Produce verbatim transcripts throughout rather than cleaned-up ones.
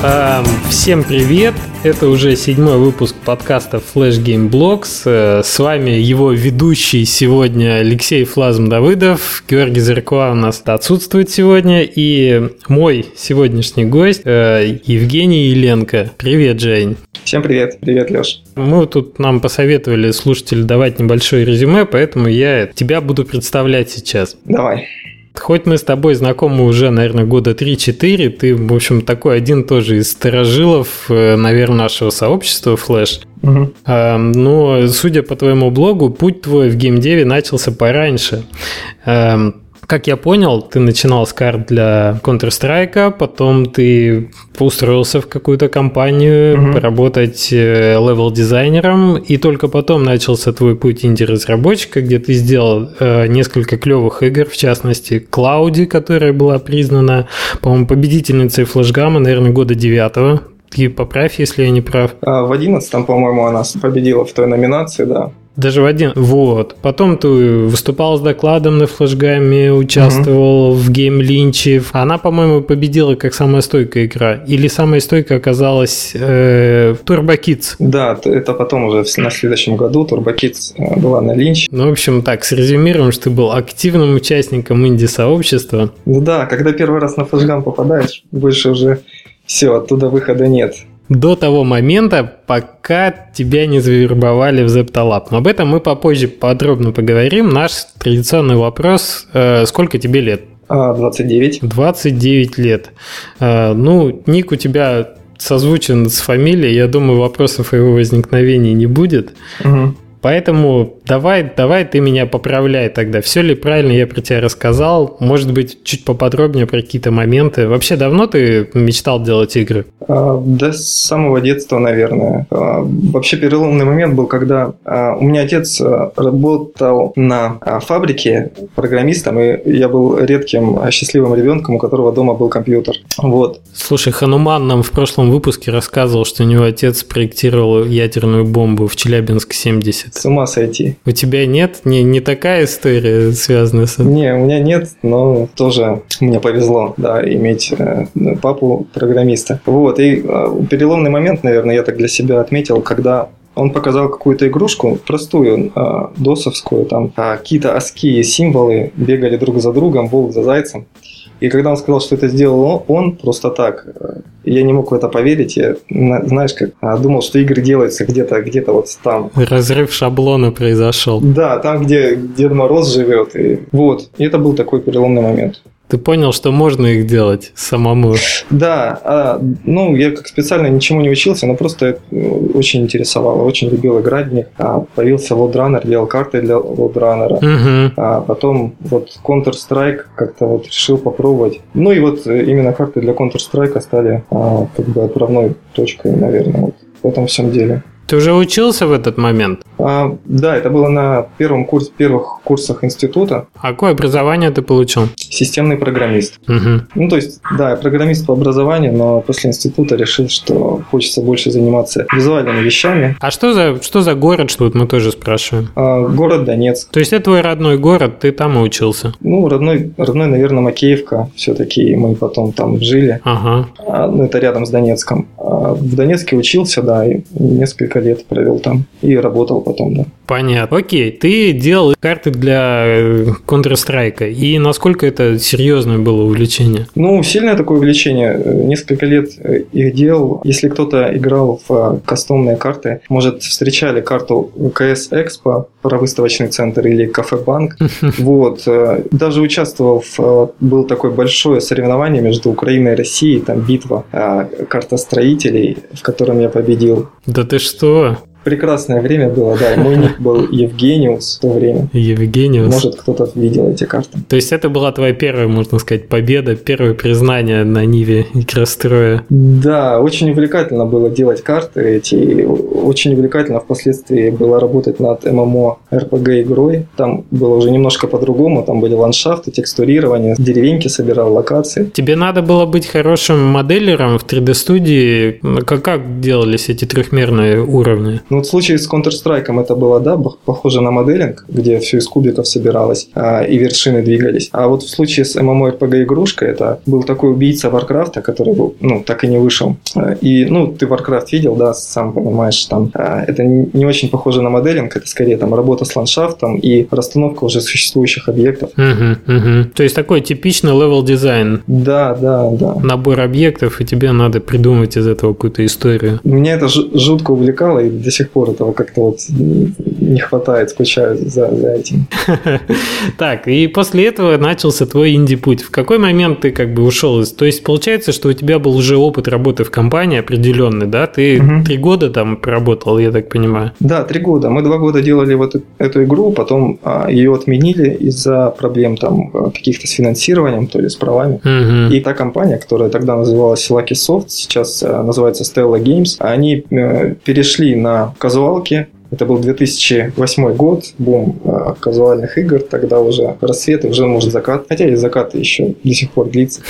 Эм, всем привет! Это уже седьмой выпуск подкаста Flash Game Blogs. Э, с вами его ведущий сегодня Алексей Флазм Давыдов. Георгий Зыркова у нас отсутствует сегодня. И мой сегодняшний гость э, Евгений Еленко. Привет, Жень! Всем привет! Привет, Леш! Мы тут нам посоветовали слушателям давать небольшое резюме, поэтому я тебя буду представлять сейчас. Давай. Хоть мы с тобой знакомы уже, наверное, года три-четыре, ты, в общем, такой один тоже из старожилов, наверное, нашего сообщества Flash. Угу. А, но, судя по твоему блогу, путь твой в геймдеве начался пораньше. А, как я понял, ты начинал с карт для Counter-Strike, потом ты устроился в какую-то компанию mm-hmm. поработать левел-дизайнером, и только потом начался твой путь инди-разработчика, где ты сделал э, несколько клевых игр, в частности, Клауди, которая была признана, по-моему, победительницей флэшгама, наверное, года девятого. Ты поправь, если я не прав. А, в одиннадцатом, по-моему, она победила в той номинации, да. Даже в один. Вот. Потом ты выступал с докладом на флэшгаме, участвовал mm-hmm. в гейм-линче. Она, по-моему, победила как самая стойкая игра. Или самая стойкая оказалась э, Turbo Kids. Да, это потом уже на следующем году Turbo Kids была на линч. Ну, в общем, так, срезюмируем, что ты был активным участником инди-сообщества. Да, когда первый раз на флэшгам попадаешь, больше уже все, оттуда выхода нет. До того момента, пока тебя не завербовали в Zeptalab. Но об этом мы попозже подробно поговорим. Наш традиционный вопрос: э, сколько тебе лет? двадцать девять. двадцать девять лет. Э, ну, ник у тебя созвучен с фамилией. Я думаю, вопросов о его возникновении не будет. Угу. Поэтому давай, давай ты меня поправляй тогда. Все ли правильно я про тебя рассказал? Может быть, чуть поподробнее про какие-то моменты. Вообще, давно ты мечтал делать игры? А, да, с самого детства, наверное. А, вообще, переломный момент был, когда а, у меня отец работал на а, фабрике программистом, и я был редким счастливым ребенком, у которого дома был компьютер. Вот. Слушай, Хануман нам в прошлом выпуске рассказывал, что у него отец проектировал ядерную бомбу в Челябинск семьдесят. С ума сойти. У тебя нет? Не, не такая история связана с этим? Не, у меня нет, но тоже мне повезло, да, иметь э, папу-программиста. Вот, и э, переломный момент, наверное, я так для себя отметил, когда он показал какую-то игрушку, простую, э, досовскую, там э, какие-то оски, символы бегали друг за другом, волк за зайцем. И когда он сказал, что это сделал он, просто так, я не мог в это поверить. Я, знаешь, как думал, что игры делаются где-то, где-то вот там. Разрыв шаблона произошел. Да, там, где Дед Мороз живет. И вот. И это был такой переломный момент. Ты понял, что можно их делать самому? Да, а, ну, я как специально ничему не учился, но просто очень интересовало, очень любил играть в них. А, появился Loadrunner, делал карты для Loadrunner. Угу. А потом вот Counter-Strike как-то вот решил попробовать. Ну и вот именно карты для Counter-Strike стали а, как бы отправной точкой, наверное, вот в этом всем деле. Ты уже учился в этот момент? А, да, это было на первом курс, первых курсах института. А какое образование ты получил? Системный программист. Угу. Ну, то есть, да, я программист по образованию, но после института решил, что хочется больше заниматься визуальными вещами. А что за, что за город, что вот мы тоже спрашиваем? А, город Донецк. То есть, это твой родной город, ты там и учился? Ну, родной, родной, наверное, Макеевка. Все-таки мы потом там жили. Ага. А, ну, это рядом с Донецком. А в Донецке учился, да, и несколько лет провел там. И работал потом, да. Понятно. Окей, ты делал карты для Counter-Strike. И насколько это серьезное было увлечение? Ну, сильное такое увлечение. Несколько лет их делал. Если кто-то играл в кастомные карты, может, встречали карту ка эс Экспо, выставочный центр, или Кафе Банк. Вот. Даже участвовал в... Было такое большое соревнование между Украиной и Россией, там битва картостроителей, в котором я победил. Да ты что? Прекрасное время было, да. Мой ник был Евгениус в то время. Евгениус. Может, кто-то видел эти карты. То есть это была твоя первая, можно сказать, победа, первое признание на ниве игростроя. Да, очень увлекательно было делать карты эти. Очень увлекательно впоследствии было работать над эм эм о эр пи джи игрой. Там было уже немножко по-другому. Там были ландшафты, текстурирование, деревеньки собирал, локации. Тебе надо было быть хорошим моделером в три дэ-студии. Как, как делались эти трехмерные уровни? Ну вот в случае с Counter-Strike это было, да, похоже на моделинг, где все из кубиков собиралось а, и вершины двигались. А вот в случае с MMORPG игрушкой это был такой убийца Warcraft, который был, ну, так и не вышел. И, ну, ты Warcraft видел, да, сам понимаешь, там а, это не очень похоже на моделинг, это скорее там работа с ландшафтом и расстановка уже существующих объектов. Угу, угу. То есть такой типичный левел-дизайн. Да, да, да. Набор объектов, и тебе надо придумать из этого какую-то историю. Меня это жутко увлекало, и до сих пор этого как-то вот не хватает, скучаю за, за этим. Так, и после этого начался твой инди-путь. В какой момент ты как бы ушел из... То есть получается, что у тебя был уже опыт работы в компании определенный, да? Ты угу. три года там проработал, я так понимаю? Да, три года. Мы два года делали вот эту игру, потом а, ее отменили из-за проблем там каких-то с финансированием, то ли с правами. Угу. И та компания, которая тогда называлась Lucky Soft, сейчас а, называется Stella Games, они а, перешли на казуалки. Это был две тысячи восьмой год, бум э, казуальных игр, тогда уже рассвет и уже может закат, хотя и закат еще до сих пор длится.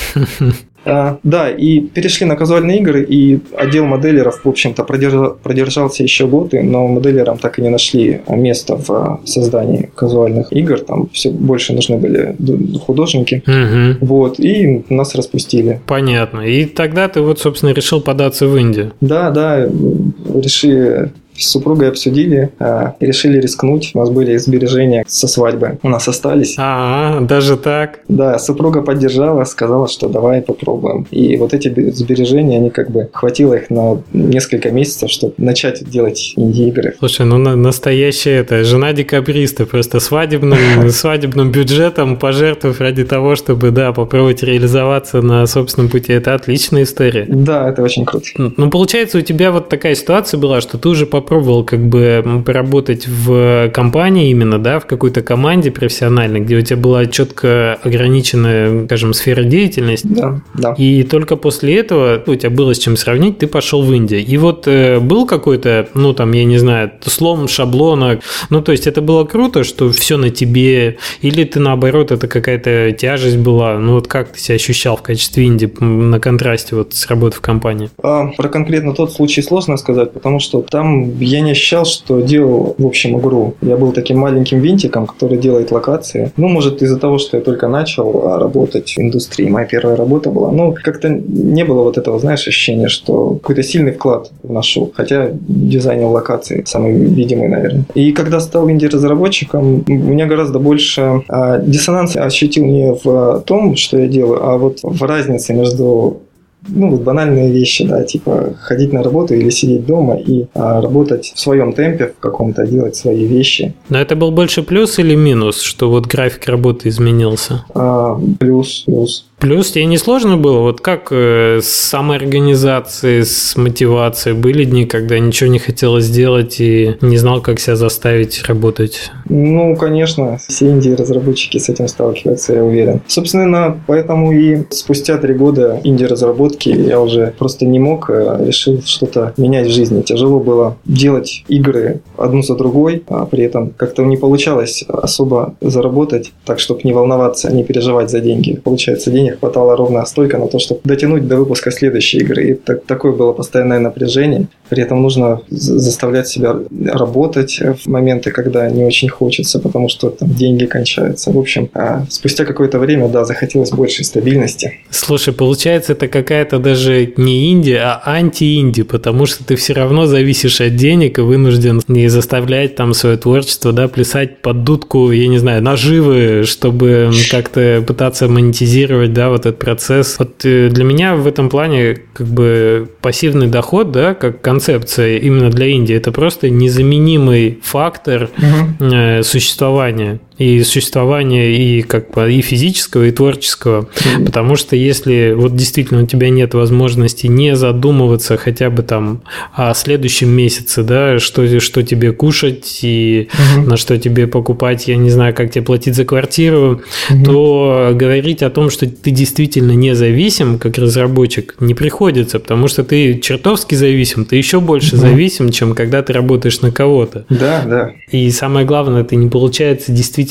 А, да, и перешли на казуальные игры, и отдел моделеров, в общем-то, продержал, продержался еще годы, но моделерам так и не нашли места в создании казуальных игр, там все больше нужны были художники, угу. Вот, и нас распустили. Понятно, и тогда ты вот, собственно, решил податься в Индию. Да, да, решили... С супругой обсудили а, и решили рискнуть. У нас были сбережения со свадьбы. У нас остались. А, даже так? Да, супруга поддержала, сказала, что давай попробуем. И вот эти сбережения, они как бы хватило их на несколько месяцев, чтобы начать делать инди-игры. Слушай, ну настоящая это жена декабриста, просто свадебным, свадебным бюджетом пожертвовав ради того, чтобы, да, попробовать реализоваться на собственном пути. Это отличная история. Да, это очень круто. Ну, получается, у тебя вот такая ситуация была, что ты уже попробовал пробовал как бы поработать в компании именно, да, в какой-то команде профессиональной, где у тебя была четко ограниченная, скажем, сфера деятельности. Да, да. И только после этого у тебя было с чем сравнить, ты пошел в Индию. И вот э, был какой-то, ну, там, я не знаю, слом шаблона, ну, то есть это было круто, что все на тебе, или ты, наоборот, это какая-то тяжесть была, ну, вот как ты себя ощущал в качестве инди на контрасте вот с работой в компании? А, про конкретно тот случай сложно сказать, потому что там я не ощущал, что делал, в общем, игру. Я был таким маленьким винтиком, который делает локации. Ну, может, из-за того, что я только начал работать в индустрии. Моя первая работа была. Ну, как-то не было вот этого, знаешь, ощущения, что какой-то сильный вклад вношу. Хотя дизайнер локаций самый видимый, наверное. И когда стал инди-разработчиком, у меня гораздо больше а, диссонанс ощутил не в том, что я делаю, а вот в разнице между... Ну, вот банальные вещи, да, типа ходить на работу или сидеть дома и а, работать в своем темпе, в каком-то, делать свои вещи. Но это был больше плюс или минус, что вот график работы изменился? А, плюс, плюс. Плюс тебе не сложно было? Вот как э, с самоорганизацией, с мотивацией? Были дни, когда ничего не хотелось сделать и не знал, как себя заставить работать? Ну, конечно, все инди-разработчики с этим сталкиваются, я уверен. Собственно, поэтому и спустя три года инди-разработки я уже просто не мог, решил что-то менять в жизни. Тяжело было делать игры одну за другой, а при этом как-то не получалось особо заработать, так, чтобы не волноваться, не переживать за деньги. Получается, денег хватало ровно столько на то, чтобы дотянуть до выпуска следующей игры. И так, такое было постоянное напряжение. При этом нужно заставлять себя работать в моменты, когда не очень хочется, потому что там деньги кончаются. В общем, а спустя какое-то время, да, захотелось большей стабильности. Слушай, получается, это какая-то даже не инди, а анти-инди, потому что ты все равно зависишь от денег и вынужден не заставлять там свое творчество, да, плясать под дудку, я не знаю, наживы, чтобы как-то пытаться монетизировать, да, вот этот процесс. Вот для меня в этом плане как бы пассивный доход, да, как концепция именно для Индии, это просто незаменимый фактор угу. существования. И существования и как бы и физического, и творческого. Mm-hmm. Потому что если вот действительно у тебя нет возможности не задумываться хотя бы там о следующем месяце, да, что, что тебе кушать и mm-hmm. на что тебе покупать, я не знаю, как тебе платить за квартиру, mm-hmm. то говорить о том, что ты действительно независим как разработчик, не приходится, потому что ты чертовски зависим, ты еще больше mm-hmm. зависим, чем когда ты работаешь на кого-то. Да, да. И самое главное, ты не получается действительно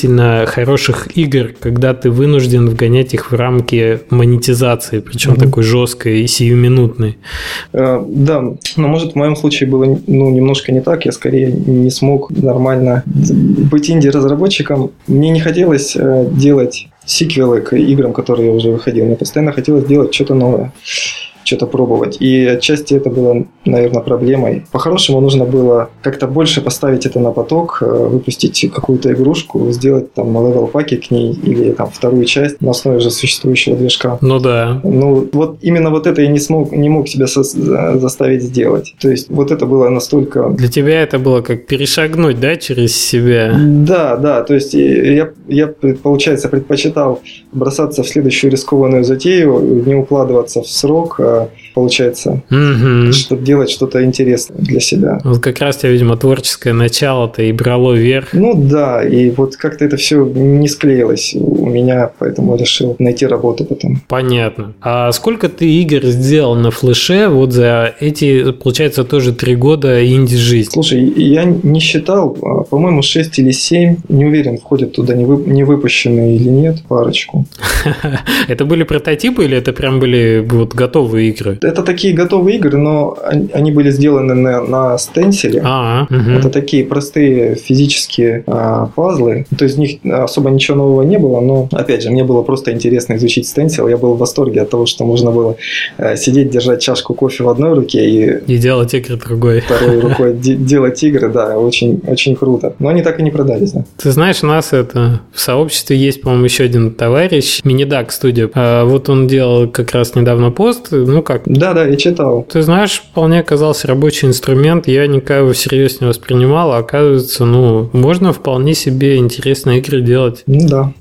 действительно хороших игр, когда ты вынужден вгонять их в рамки монетизации, причем mm-hmm. такой жесткой и сиюминутной. Uh, да, но может в моем случае было ну, немножко не так. Я скорее не смог нормально быть инди-разработчиком. Мне не хотелось uh, делать сиквелы к играм, которые я уже выходил. Мне постоянно хотелось делать что-то новое, что-то пробовать. И отчасти это было, наверное, проблемой. По-хорошему нужно было как-то больше поставить это на поток, выпустить какую-то игрушку, сделать там левел-паки к ней или там вторую часть на основе уже существующего движка. Ну да. Ну вот именно вот это я не смог, не мог себя со- заставить сделать. То есть вот это было настолько... Для тебя это было как перешагнуть, да, через себя? Да, да. То есть я, я получается, предпочитал бросаться в следующую рискованную затею, не укладываться в срок, получается, угу. чтобы делать что-то интересное для себя. Вот как раз тебя, видимо, творческое начало-то и брало вверх. Ну да, и вот как-то это все не склеилось у меня, поэтому решил найти работу потом. Понятно. А сколько ты игр сделал на флеше вот за эти, получается, тоже три года инди-жизни? Слушай, я не считал, по-моему, шесть или семь, не уверен, входят туда не выпущенные или нет, парочку. Это были прототипы или это прям были вот готовые игры? Это такие готовые игры, но они были сделаны на, на стенсиле. А, угу. Это такие простые физические а, пазлы. То есть в них особо ничего нового не было, но, опять же, мне было просто интересно изучить стенсил. Я был в восторге от того, что можно было а, сидеть, держать чашку кофе в одной руке и... И делать игры другой. Второй рукой делать игры, да, очень, очень круто. Но они так и не продались, да. Ты знаешь, у нас это в сообществе есть, по-моему, еще один товарищ, Miniduck Studio. А вот он делал как раз недавно пост, ну как... Да, да, я читал. Ты знаешь, вполне оказался рабочий инструмент, я никак его всерьез не воспринимал, а оказывается, ну, можно вполне себе интересные игры делать. Ну да.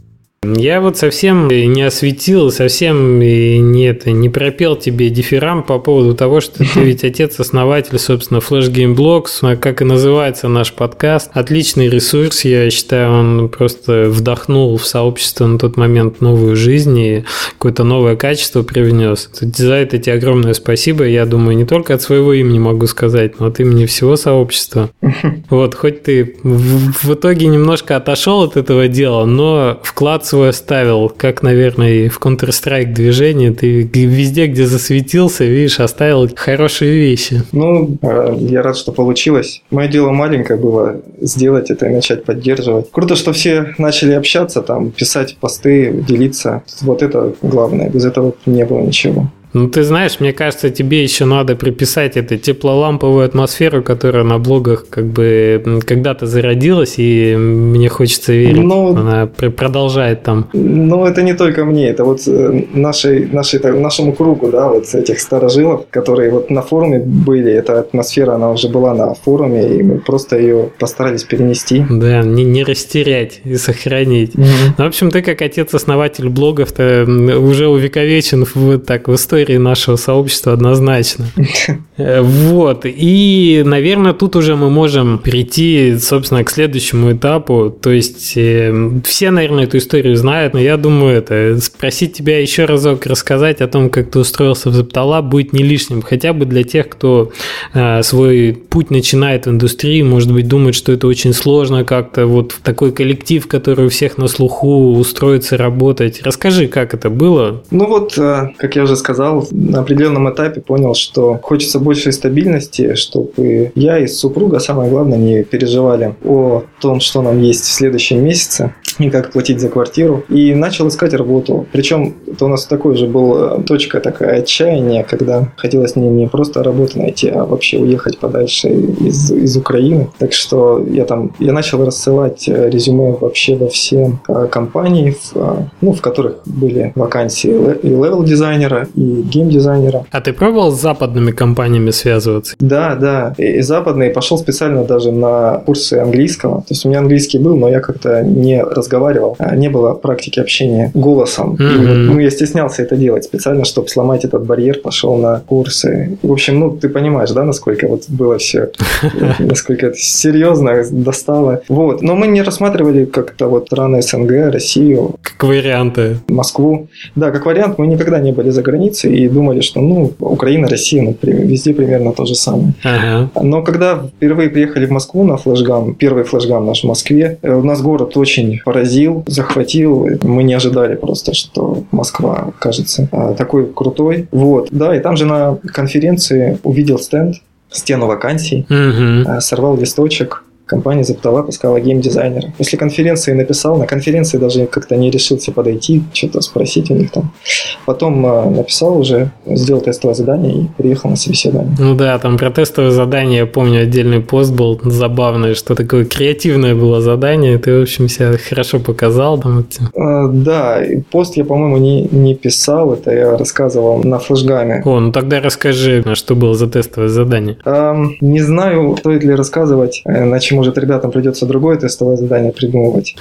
Я вот совсем не осветил, совсем не, это, не пропел тебе дифирам по поводу того, что ты ведь отец-основатель, собственно, Flash Game Blogs, как и называется наш подкаст. Отличный ресурс, я считаю, он просто вдохнул в сообщество на тот момент новую жизнь и какое-то новое качество привнес. За это тебе огромное спасибо, я думаю, не только от своего имени могу сказать, но от имени всего сообщества. Вот, хоть ты в, в итоге немножко отошел от этого дела, но вклад свой оставил, как, наверное, и в Counter-Strike движении. Ты везде, где засветился, видишь, оставил хорошие вещи. Ну, я рад, что получилось. Мое дело маленькое было сделать это и начать поддерживать. Круто, что все начали общаться, там, писать посты, делиться. Вот это главное. Без этого не было ничего. Ну, ты знаешь, мне кажется, тебе еще надо приписать эту теплоламповую атмосферу, которая на блогах как бы когда-то зародилась, и мне хочется верить, но, она продолжает там. Ну, это не только мне, это вот нашей, нашей, нашему кругу, да, вот этих старожилов, которые вот на форуме были, эта атмосфера, она уже была на форуме, и мы просто ее постарались перенести. Да, не, не растерять и сохранить. Mm-hmm. Ну, в общем, ты как отец-основатель блогов-то уже увековечен в, так, в истории нашего сообщества однозначно. Вот. И, наверное, тут уже мы можем перейти, собственно, к следующему этапу. То есть э, все, наверное, эту историю знают, но я думаю, это спросить тебя еще разок рассказать о том, как ты устроился в Zeptolab, будет не лишним. Хотя бы для тех, кто э, свой путь начинает в индустрии, может быть, думает, что это очень сложно как-то вот в такой коллектив, который у всех на слуху, устроиться, работать. Расскажи, как это было? Ну вот, как я уже сказал, на определенном этапе понял, что хочется большей стабильности, чтобы я и супруга, самое главное, не переживали о том, что нам есть в следующем месяце и как платить за квартиру. И начал искать работу. Причем это у нас такой же был точка такая отчаяния, когда хотелось не, не просто работу найти, а вообще уехать подальше из, из Украины. Так что я там я начал рассылать резюме вообще во все компании, в, ну, в которых были вакансии и левел-дизайнера, и гейм-дизайнера. А ты пробовал с западными компаниями связываться? Да, да. И, и западные. Пошел специально даже на курсы английского. То есть у меня английский был, но я как-то не разговаривал. Не было практики общения голосом. Mm-hmm. И вот, ну, ну, я стеснялся это делать специально, чтобы сломать этот барьер, пошел на курсы. В общем, ну, ты понимаешь, да, насколько вот было все, насколько это серьезно достало. Вот. Но мы не рассматривали как-то вот страны СНГ, Россию. Как варианты. Москву. Да, как вариант, мы никогда не были за границей и думали, что, ну, Украина, Россия, ну, везде примерно то же самое. Ага. Но когда впервые приехали в Москву на флешгам, первый флешгам наш в Москве, у нас город очень поразил, захватил. Мы не ожидали просто, что Москва кажется такой крутой. Вот, да, и там же на конференции увидел стенд, стену вакансий, угу. Сорвал листочек. Компания запитала, поискала геймдизайнера. После конференции написал, на конференции даже как-то не решился подойти, что-то спросить у них там. Потом э, написал уже, сделал тестовое задание и приехал на собеседование. Ну да, там про тестовое задание, я помню, отдельный пост был забавный, что такое креативное было задание, ты, в общем, себя хорошо показал. Там, э, да, пост я, по-моему, не, не писал, это я рассказывал на флешгаме. О, ну тогда расскажи, что было за тестовое задание. Э, не знаю, стоит ли рассказывать, э, на чем может, ребятам придется другое тестовое задание придумывать.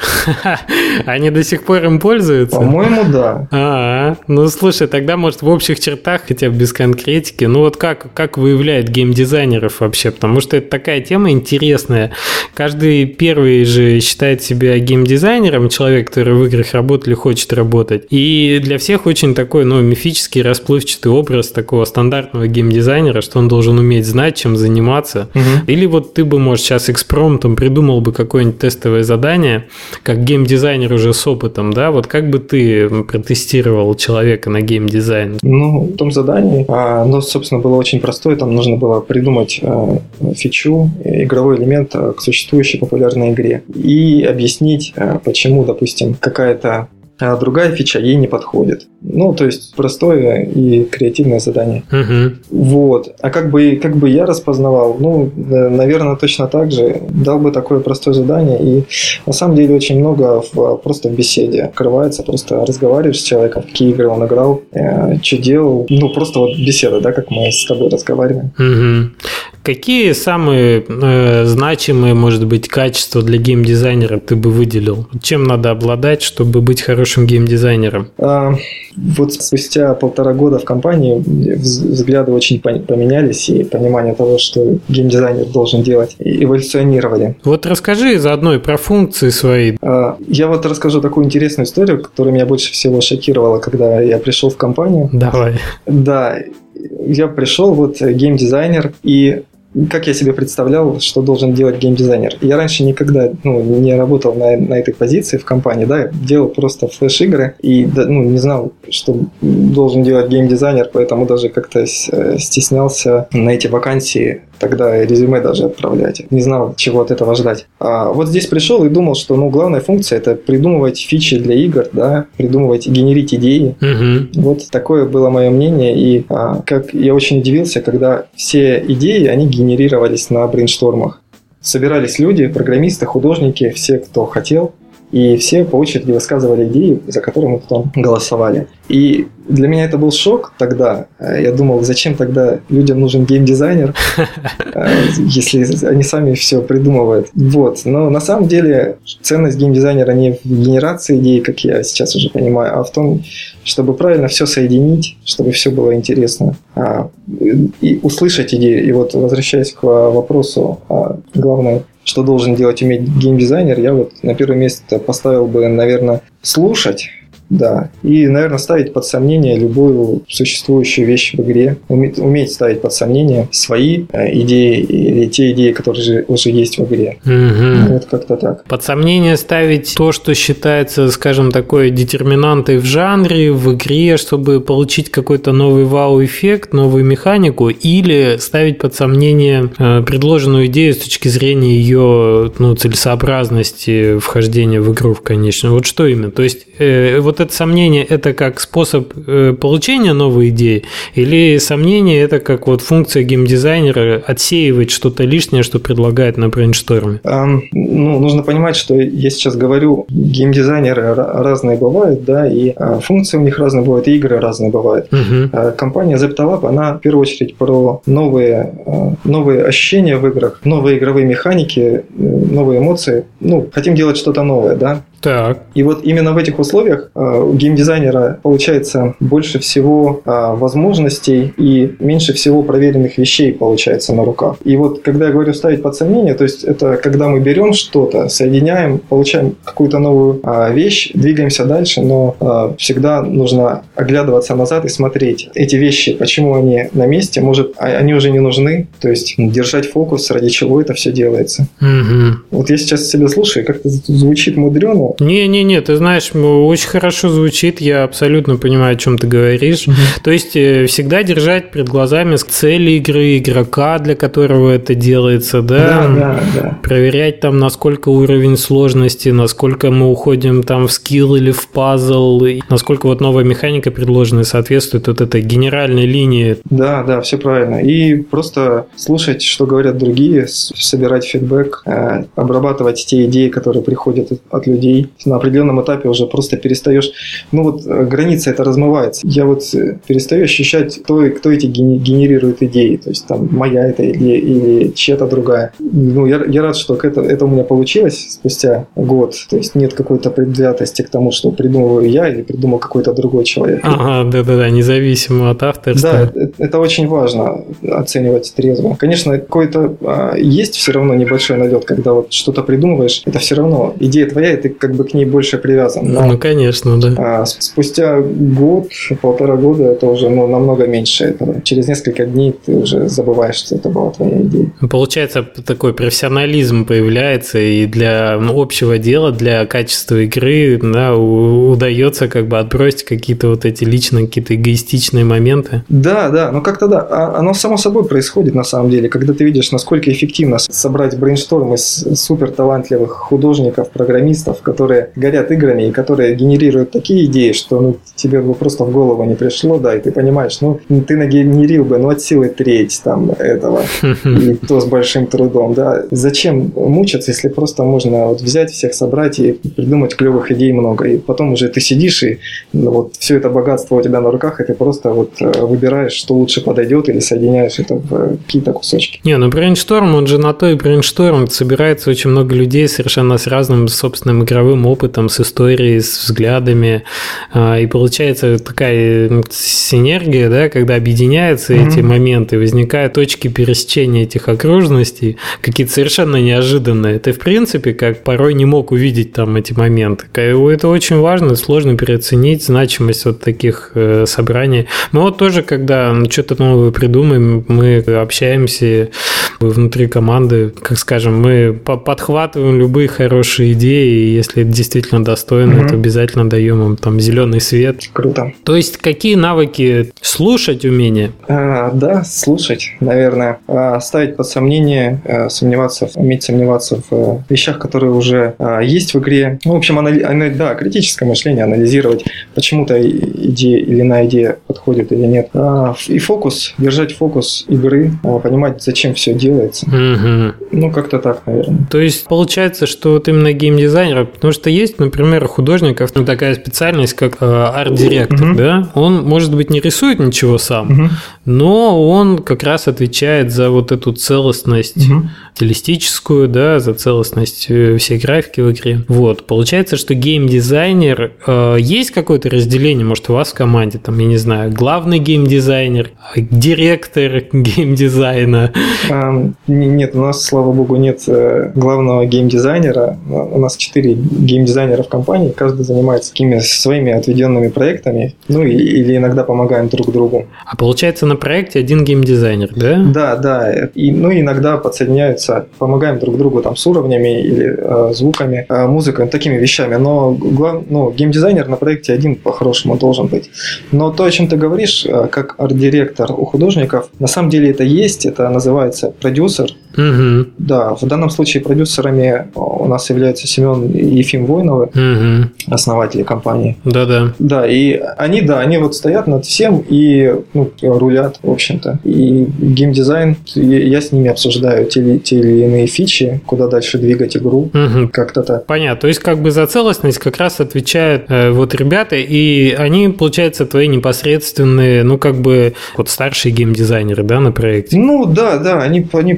Они до сих пор им пользуются? По-моему, да. А, ну слушай, тогда, может, в общих чертах, хотя бы без конкретики, ну вот как, как выявляет геймдизайнеров вообще? Потому что это такая тема интересная. Каждый первый же считает себя геймдизайнером, человек, который в играх работает или хочет работать. И для всех очень такой, ну, мифический, расплывчатый образ такого стандартного геймдизайнера, что он должен уметь знать, чем заниматься. Угу. Или вот ты бы, может, сейчас экспромтом придумал бы какое-нибудь тестовое задание, как геймдизайнер уже с опытом, да? Вот как бы ты протестировал человека на геймдизайн? Ну, в том задании, а, ну, собственно, было очень простое. Там нужно было придумать а, фичу, игровой элемент а, к существующей популярной игре и объяснить, а, почему, допустим, какая-то а другая фича ей не подходит. Ну, то есть, простое и креативное задание. Uh-huh. Вот. А как бы, как бы я распознавал? Ну, наверное, точно так же. Дал бы такое простое задание. И на самом деле очень много в, просто в беседе открывается. Просто разговариваешь с человеком, какие игры он играл, э, что делал. Ну, просто вот беседа, да, как мы с тобой разговариваем. Uh-huh. Какие самые э, значимые, может быть, качества для геймдизайнера ты бы выделил? Чем надо обладать, чтобы быть хорошим геймдизайнером? А, вот спустя полтора года в компании взгляды очень поменялись, и понимание того, что геймдизайнер должен делать, эволюционировали. Вот расскажи заодно и про функции свои. А, я вот расскажу такую интересную историю, которая меня больше всего шокировала, когда я пришел в компанию. Давай. Да, я пришел, вот геймдизайнер, и как я себе представлял, что должен делать геймдизайнер. Я раньше никогда ну, не работал на, на этой позиции в компании, да, делал просто флеш-игры и ну, не знал, что должен делать геймдизайнер, поэтому даже как-то стеснялся на эти вакансии тогда резюме даже отправлять. Не знал, чего от этого ждать. А вот здесь пришел и думал, что ну, главная функция – это придумывать фичи для игр, да, придумывать и генерить идеи. Угу. Вот такое было мое мнение. И а, как я очень удивился, когда все идеи, они генерировались на брейнштормах. Собирались люди, программисты, художники, все, кто хотел. И все по очереди высказывали идеи, за которые мы потом голосовали. И для меня это был шок тогда. Я думал, зачем тогда людям нужен геймдизайнер, если они сами все придумывают. Вот. Но на самом деле ценность геймдизайнера не в генерации идей, как я сейчас уже понимаю, а в том, чтобы правильно все соединить, чтобы все было интересно. И услышать идеи. И вот возвращаясь к вопросу, главное, что должен делать уметь геймдизайнер, я вот на первое место поставил бы, наверное, слушать. Да, и, наверное, ставить под сомнение любую существующую вещь в игре. Уметь, уметь ставить под сомнение свои э, идеи или те идеи, которые же, уже есть в игре. Угу. Вот как-то так. Под сомнение ставить то, что считается, скажем, такой детерминантой в жанре, в игре, чтобы получить какой-то новый вау-эффект, новую механику, или ставить под сомнение э, предложенную идею с точки зрения ее ну, целесообразности вхождения в игру в конечном. Вот что именно? То есть, э, вот это сомнение – это как способ э, получения новой идеи, или сомнение – это как вот функция геймдизайнера отсеивать что-то лишнее, что предлагает на брейншторме? Um, ну, нужно понимать, что я сейчас говорю, геймдизайнеры разные бывают, да, и а, функции у них разные бывают, и игры разные бывают. Uh-huh. А, компания Zeptalab, она в первую очередь про новые, а, новые ощущения в играх, новые игровые механики, новые эмоции. Ну, хотим делать что-то новое, да. Так. И вот именно в этих условиях у геймдизайнера получается больше всего возможностей и меньше всего проверенных вещей получается на руках. И вот когда я говорю ставить под сомнение, то есть это когда мы берем что-то, соединяем, получаем какую-то новую вещь, двигаемся дальше, но всегда нужно оглядываться назад и смотреть эти вещи, почему они на месте, может, они уже не нужны, то есть держать фокус, ради чего это все делается. Угу. Вот я сейчас себя слушаю, как-то звучит мудрено. Не-не-не, ты знаешь, очень хорошо звучит, я абсолютно понимаю, о чем ты говоришь. Угу. То есть всегда держать перед глазами цели игры, игрока, для которого это делается, да? Да, да, да. Проверять там, насколько уровень сложности, насколько мы уходим там в скилл или в пазл, насколько вот новая механика предложенная соответствует вот этой генеральной линии. Да, да, все правильно. И просто слушать, что говорят другие, собирать фидбэк, обрабатывать те идеи, которые приходят от людей. На определенном этапе уже просто перестаешь... Ну вот граница это размывается. Я вот перестаю ощущать, кто, кто эти генерирует идеи. То есть там моя это или, или чья-то другая. Ну, я, я рад, что это, это у меня получилось спустя год. То есть нет какой-то предвзятости к тому, что придумываю я или придумал какой-то другой человек. Ага, да-да-да, независимо от авторства. Да, это, это очень важно оценивать трезво. Конечно, какой-то а, есть все равно небольшой налет, когда вот что-то придумываешь, это все равно идея твоя, и ты как бы к ней больше привязан. Но, ну, конечно, да. А, спустя год, полтора года это уже ну, намного меньше этого. Через несколько дней ты уже забываешь, что это была твоя идея. Получается, такой профессионализм появляется, и для ну, общего дела, для качества игры, да, удается как бы отбросить какие-то вот эти личные, какие-то эгоистичные моменты. Да, да, ну как-то да. Оно само собой происходит на самом деле, когда ты видишь, насколько эффективно собрать брейншторм из супер талантливых художников, программистов, которые горят играми и которые генерируют такие идеи, что ну, тебе бы просто в голову не пришло, да, и ты понимаешь, ну, ты нагенерил бы, ну, от силы треть там этого, и то с большим трудом, да. Зачем мучиться, если просто можно вот взять всех, собрать и придумать клевых идей много, и потом уже ты сидишь, и ну, вот все это богатство у тебя на руках, и ты просто вот выбираешь, что лучше подойдет, или соединяешь это в какие-то кусочки. Не, ну брейншторм, он же на то и брейншторм, собирается очень много людей совершенно с разным собственным игровым опытом, с историей, с взглядами, и получается такая синергия, да, когда объединяются mm-hmm. эти моменты, возникают точки пересечения этих окружностей, какие-то совершенно неожиданные. Ты, в принципе, как порой не мог увидеть там эти моменты. Это очень важно, сложно переоценить значимость вот таких собраний. Мы вот тоже, когда что-то новое придумаем, мы общаемся внутри команды, как скажем, мы подхватываем любые хорошие идеи, и если это действительно достойно, mm-hmm. то обязательно даем им там зеленый свет. Круто. То есть какие навыки? Слушать умение? А, да, слушать, наверное. А, ставить под сомнение, а, сомневаться, уметь сомневаться в вещах, которые уже а, есть в игре. Ну, в общем, анали... да, критическое мышление, анализировать, почему-то идея или иная идея подходит или нет. А, и фокус, держать фокус игры, а, понимать, зачем все делается. Угу. Ну, как-то так, наверное. То есть получается, что вот именно геймдизайнер, потому что есть, например, у художников ну, такая специальность, как э, арт-директор, угу. да? Он, может быть, не рисует ничего сам, угу. но он как раз отвечает за вот эту целостность угу. стилистическую, да, за целостность всей графики в игре. Вот. Получается, что геймдизайнер, э, есть какое-то разделение, может, у вас в команде, там, я не знаю, главный геймдизайнер, директор геймдизайна? А, нет, у нас, слава богу, нет главного геймдизайнера. У нас четыре геймдизайнера в компании, каждый занимается какими-то своими отведенными проектами, ну или иногда помогаем друг другу. А получается, на проекте один геймдизайнер, да? Да, да. И, ну иногда подсоединяются, помогаем друг другу там с уровнями или э, звуками, э, музыкой, такими вещами. Но глав, ну, геймдизайнер на проекте один по-хорошему должен быть. Но то, о чем ты говоришь, э, как арт-директор у художников, на самом деле это есть, это называется продюсер. Угу. Да, в данном случае продюсерами у нас являются Семен и Ефим Войновы, угу. основатели компании. Да-да. Да, и они, да, они вот стоят над всем и ну, рулят, в общем-то. И геймдизайн, я с ними обсуждаю те, те или иные фичи, куда дальше двигать игру, угу. как-то так. Понятно, то есть как бы за целостность как раз отвечают э, вот ребята, и они, получается, твои непосредственные, ну как бы вот старшие геймдизайнеры, да, на проекте? Ну да, да, они, они продюсеры,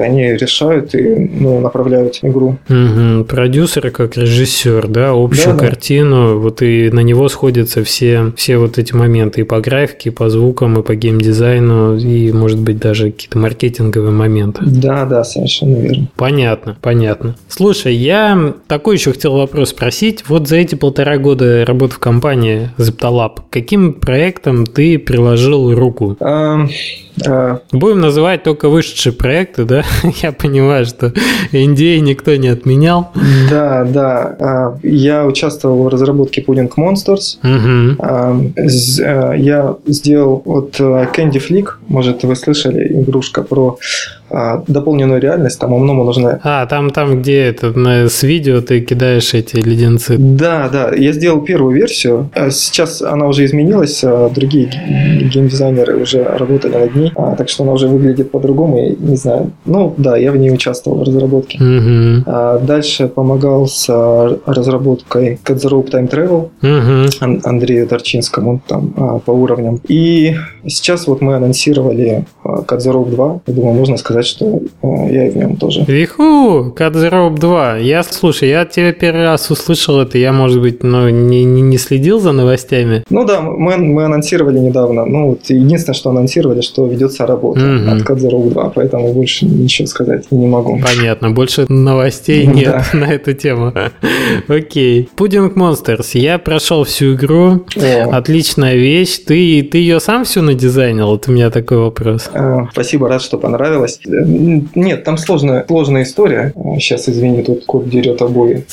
они решают и ну, направляют игру. Угу. Продюсер как режиссер, да, общую да, картину, да. Вот и на него сходятся все, все вот эти моменты и по графике, и по звукам, и по геймдизайну, и, может быть, даже какие-то маркетинговые моменты. Да, да, совершенно верно. Понятно, понятно. Слушай, я такой еще хотел вопрос спросить. Вот за эти полтора года работы в компании Zeptalab, каким проектом ты приложил руку? Um... Будем называть только вышедшие проекты, да? Я понимаю, что эн ди эй никто не отменял. Да, да. Я участвовал в разработке Pudding Monsters. Угу. Я сделал вот Candy Flick, может, вы слышали, игрушка про дополненную реальность, там умному нужно... А, там, там где это, на, с видео ты кидаешь эти леденцы. Да, да, я сделал первую версию, сейчас она уже изменилась, другие геймдизайнеры уже работали над ней, так что она уже выглядит по-другому, я не знаю. Ну, да, я в ней участвовал в разработке. Угу. Дальше помогал с разработкой Cut the Rope Time Travel угу. Андрею Торчинскому, он там по уровням. И сейчас вот мы анонсировали Cut the Rope два, я думаю, можно сказать, что я и в нем тоже. Виху, Cut the Rope два. Я, слушай, я тебя первый раз услышал это, я, может быть, ну, не, не, не следил за новостями. Ну да, мы, мы анонсировали недавно. Ну, вот единственное, что анонсировали, что ведется работа mm-hmm. от Cut the Rope два, поэтому больше ничего сказать не могу. Понятно, больше новостей нет на эту тему. Окей. Pudding Monsters. Я прошел всю игру. Отличная вещь. Ты, ты ее сам всю надизайнил? Вот у меня такой вопрос. Спасибо, рад, что понравилось. Нет, там сложная, сложная история. Сейчас, извини, тут кот дерет обои.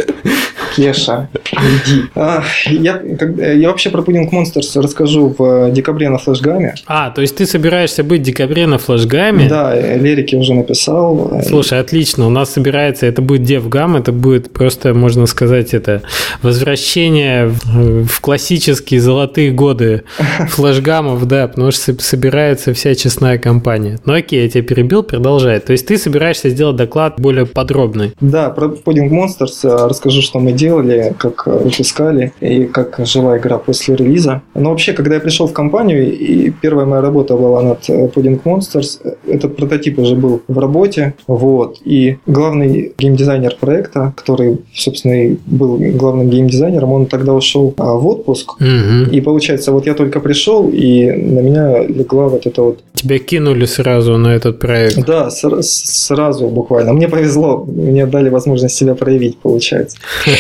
Кеша, иди. А, я, я вообще про Pudding Monsters расскажу в декабре на флешгаме. А, то есть ты собираешься быть в декабре на флешгаме? Да, лирики уже написал. Слушай, отлично. У нас собирается, это будет DevGam, это будет просто, можно сказать, это возвращение в, в классические золотые годы флешгамов, да, потому что собирается вся честная компания. Ну окей, я тебя перебил, продолжай. То есть ты собираешься сделать доклад более подробный? Да, про Pudding Monsters расскажу, что мы делали, как выпускали и как жила игра после релиза. Но вообще, когда я пришел в компанию, и первая моя работа была над Pudding Monsters, этот прототип уже был в работе, вот, и главный геймдизайнер проекта, который, собственно, и был главным геймдизайнером, он тогда ушел в отпуск, угу. И получается, вот я только пришел, и на меня легла вот это вот... Тебя кинули сразу на этот проект? Да, с- сразу буквально. Мне повезло, мне дали возможность себя проявить, получается.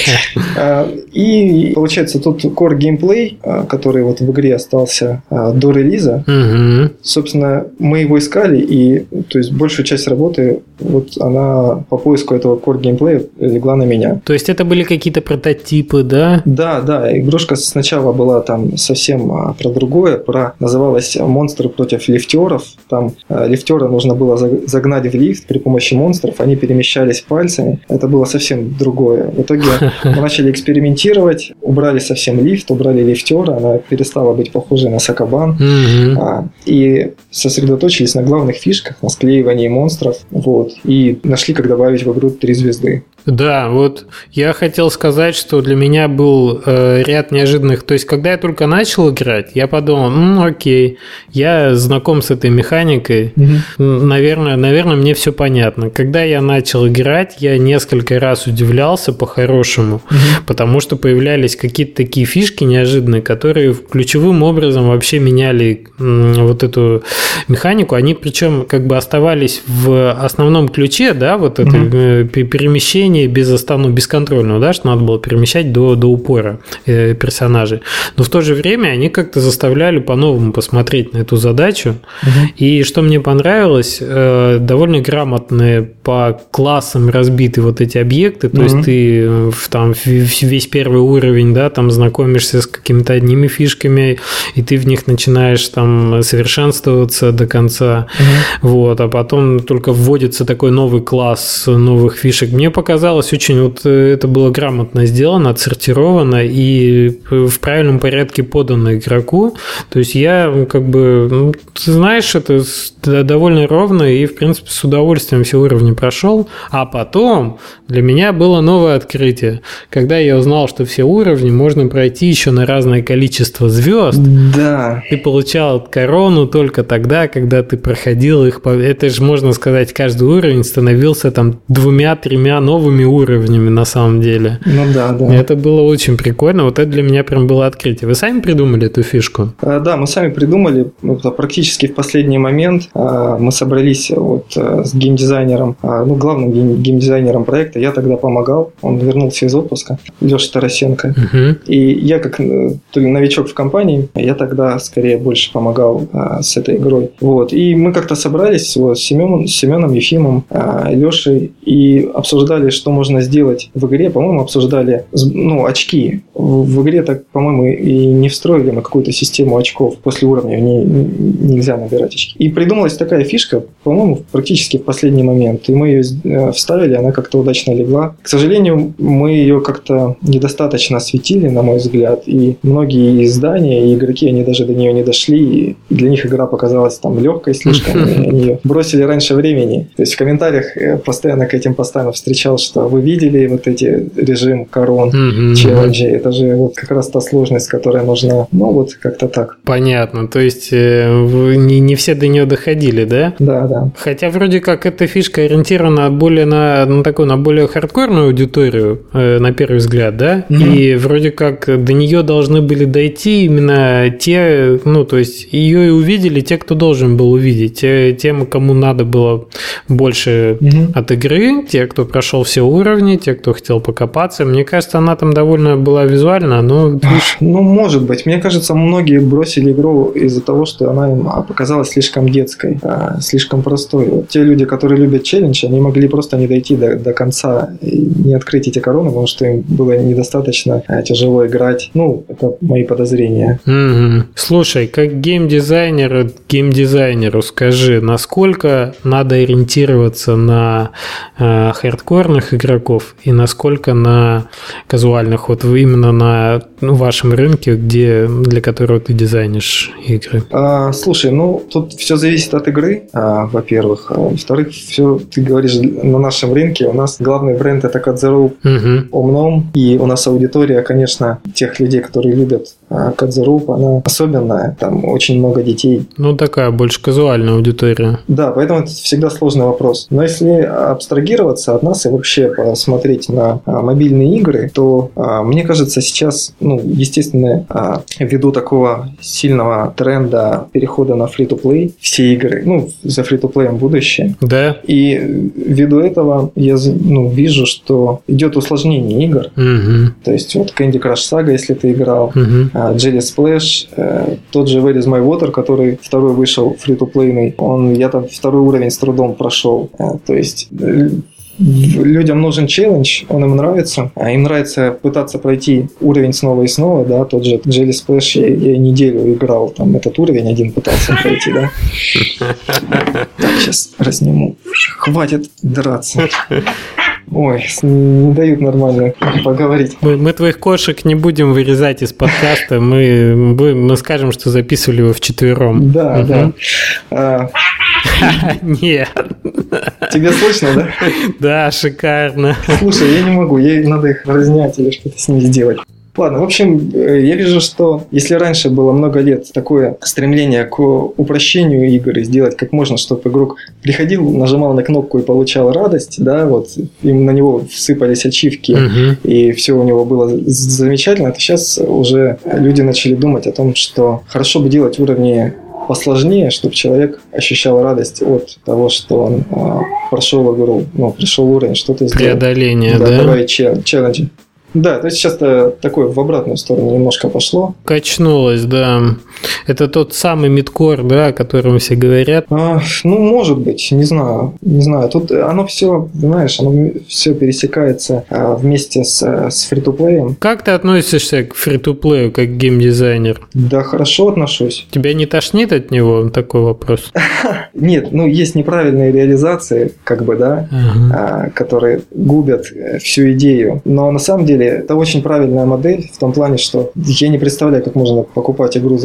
И получается, тут core геймплей, который вот в игре остался до релиза, угу. Собственно, мы его искали, и то есть большую часть работы вот она по поиску этого core геймплея легла на меня. То есть это были какие-то прототипы, да? Да, да. Игрушка сначала была там совсем про другое, про называлась «Монстры против лифтеров». Там лифтера нужно было загнать в лифт при помощи монстров, они перемещались пальцами. Это было совсем другое. В итоге мы начали экспериментировать, убрали совсем лифт, убрали лифтера, она перестала быть похожей на Сакабан, mm-hmm. а, и сосредоточились на главных фишках, на склеивании монстров, вот, и нашли, как добавить в игру три звезды. Да, вот я хотел сказать, что для меня был э, ряд неожиданных... То есть, когда я только начал играть, я подумал, ну, окей, я знаком с этой механикой, mm-hmm. наверное, наверное, мне все понятно. Когда я начал играть, я несколько раз удивлялся по-хорошему, mm-hmm. потому что появлялись какие-то такие фишки неожиданные, которые ключевым образом вообще меняли м, вот эту механику. Они причем как бы оставались в основном ключе, да, вот это mm-hmm. перемещение без останов, бесконтрольного, да, что надо было перемещать до, до упора э, персонажей. Но в то же время они как-то заставляли по-новому посмотреть на эту задачу. Uh-huh. И что мне понравилось, э, довольно грамотные по классам разбиты вот эти объекты. То uh-huh. есть ты в, там, весь первый уровень, да, там знакомишься с какими-то одними фишками, и ты в них начинаешь там совершенствоваться до конца. Uh-huh. Вот, а потом только вводится такой новый класс новых фишек. Мне показалось, очень вот это было грамотно сделано, отсортировано и в правильном порядке подано игроку. То есть я как бы, ну, ты знаешь, это довольно ровно и, в принципе, с удовольствием все уровни прошел. А потом для меня было новое открытие. Когда я узнал, что все уровни можно пройти еще на разное количество звезд, Да. Ты получал корону только тогда, когда ты проходил их. Это же, можно сказать, каждый уровень становился там двумя-тремя новыми уровнями на самом деле. Ну да, да. И это было очень прикольно. Вот это для меня прям было открытие. Вы сами придумали эту фишку? А, да, мы сами придумали. Практически в последний момент а, мы собрались вот а, с геймдизайнером, а, ну, главным гейм- геймдизайнером проекта. Я тогда помогал. Он вернулся из отпуска. Леша Тарасенко. Угу. И я как то ли новичок в компании, я тогда скорее больше помогал а, с этой игрой. Вот. И мы как-то собрались вот, с, Семен, с Семеном Ефимом, а, Лешей и обсуждали, что можно сделать в игре. По-моему, обсуждали ну, очки. В, в игре так, по-моему, и не встроили мы какую-то систему очков. После уровня не, не, нельзя набирать очки. И придумалась такая фишка, по-моему, практически в последний момент. И мы ее вставили, она как-то удачно легла. К сожалению, мы ее как-то недостаточно осветили, на мой взгляд. И многие издания и игроки, они даже до нее не дошли. И для них игра показалась там легкой слишком. И они ее бросили раньше времени. То есть в комментариях я постоянно к этим постам встречал, что вы видели вот эти режим корон, челленджи. Это же вот как раз та сложность, которая нужна. Ну вот как-то так. Понятно. То есть э, не, не все до нее доходили, да? Да, да. Хотя вроде как эта фишка ориентирована более на, на такую, на более хардкорную аудиторию, э, на первый взгляд, да? Mm-hmm. И вроде как до нее должны были дойти именно те, ну, то есть ее и увидели те, кто должен был увидеть. Те, тем, кому надо было больше mm-hmm. от игры, те, кто прошел все уровни, те, кто хотел покопаться. Мне кажется, она там довольно была визуальна, но... Лишь... Ну, может быть. Мне кажется, многие бросили игру из-за того, что она им показалась слишком детской, слишком простой. Вот те люди, которые любят челлендж, они могли просто не дойти до, до конца и не открыть эти короны, потому что им было недостаточно тяжело играть. Ну, это мои подозрения. Mm-hmm. Слушай, как геймдизайнер, геймдизайнеру скажи, насколько надо ориентироваться на э, хардкорных игроков и насколько на казуальных, вот именно на ну, вашем рынке, где, для которого ты дизайнишь игры? А, слушай, ну, тут все зависит от игры, а, во-первых. А, во-вторых, все, ты говоришь, на нашем рынке у нас главный бренд это Cut the Rope, угу. Omnom, и у нас аудитория, конечно, тех людей, которые любят а, Cut the Rope, она особенная, там очень много детей. Ну, такая больше казуальная аудитория. Да, поэтому это всегда сложный вопрос. Но если абстрагироваться от нас и вообще посмотреть на а, мобильные игры, то, а, мне кажется, сейчас, ну, естественно, а, ввиду такого сильного тренда перехода на free-to-play, все игры, ну, за free-to-play будущее. Да. И ввиду этого я ну, вижу, что идет усложнение игр. Угу. То есть вот Candy Crush Saga, если ты играл, угу. Jelly Splash, э, тот же Where is My Water, который второй вышел free-to-playный, он, я там второй уровень с трудом прошел. Э, то есть... Людям нужен челлендж, он им нравится. А им нравится пытаться пройти уровень снова и снова, да, тот же Jelly Splash, я, я неделю играл, там этот уровень один пытался пройти, да. Так, сейчас разниму. Хватит драться. Ой, не дают нормально поговорить. Мы, мы твоих кошек не будем вырезать из подкаста, мы, мы скажем, что записывали его вчетвером. Да, угу. да. А... Нет. Тебе слышно, да? Да, шикарно. Слушай, я не могу, ей надо их разнять или что-то с ними сделать. Ладно, в общем, я вижу, что если раньше было много лет такое стремление к упрощению игр и сделать как можно, чтобы игрок приходил, нажимал на кнопку и получал радость, да, вот им на него всыпались ачивки, uh-huh. и все у него было замечательно, то сейчас уже люди начали думать о том, что хорошо бы делать уровни посложнее, чтобы человек ощущал радость от того, что он а, прошел игру, ну, пришел уровень, что-то сделал. Преодоление, да? Да, давай челленджи. Да, то есть сейчас-то такое в обратную сторону немножко пошло. Качнулось, да. Это тот самый мидкор, да, о котором все говорят. А, ну, может быть, не знаю. Не знаю. Тут оно все, знаешь, оно все пересекается а, вместе с, с фри-то-плеем. Как ты относишься к фри-то-плею как геймдизайнер? Да, хорошо отношусь. Тебя не тошнит от него? Такой вопрос. Нет, ну, есть неправильные реализации, как бы, да, ага. которые губят всю идею. Но на самом деле это очень правильная модель в том плане, что я не представляю, как можно покупать игру за шестьдесят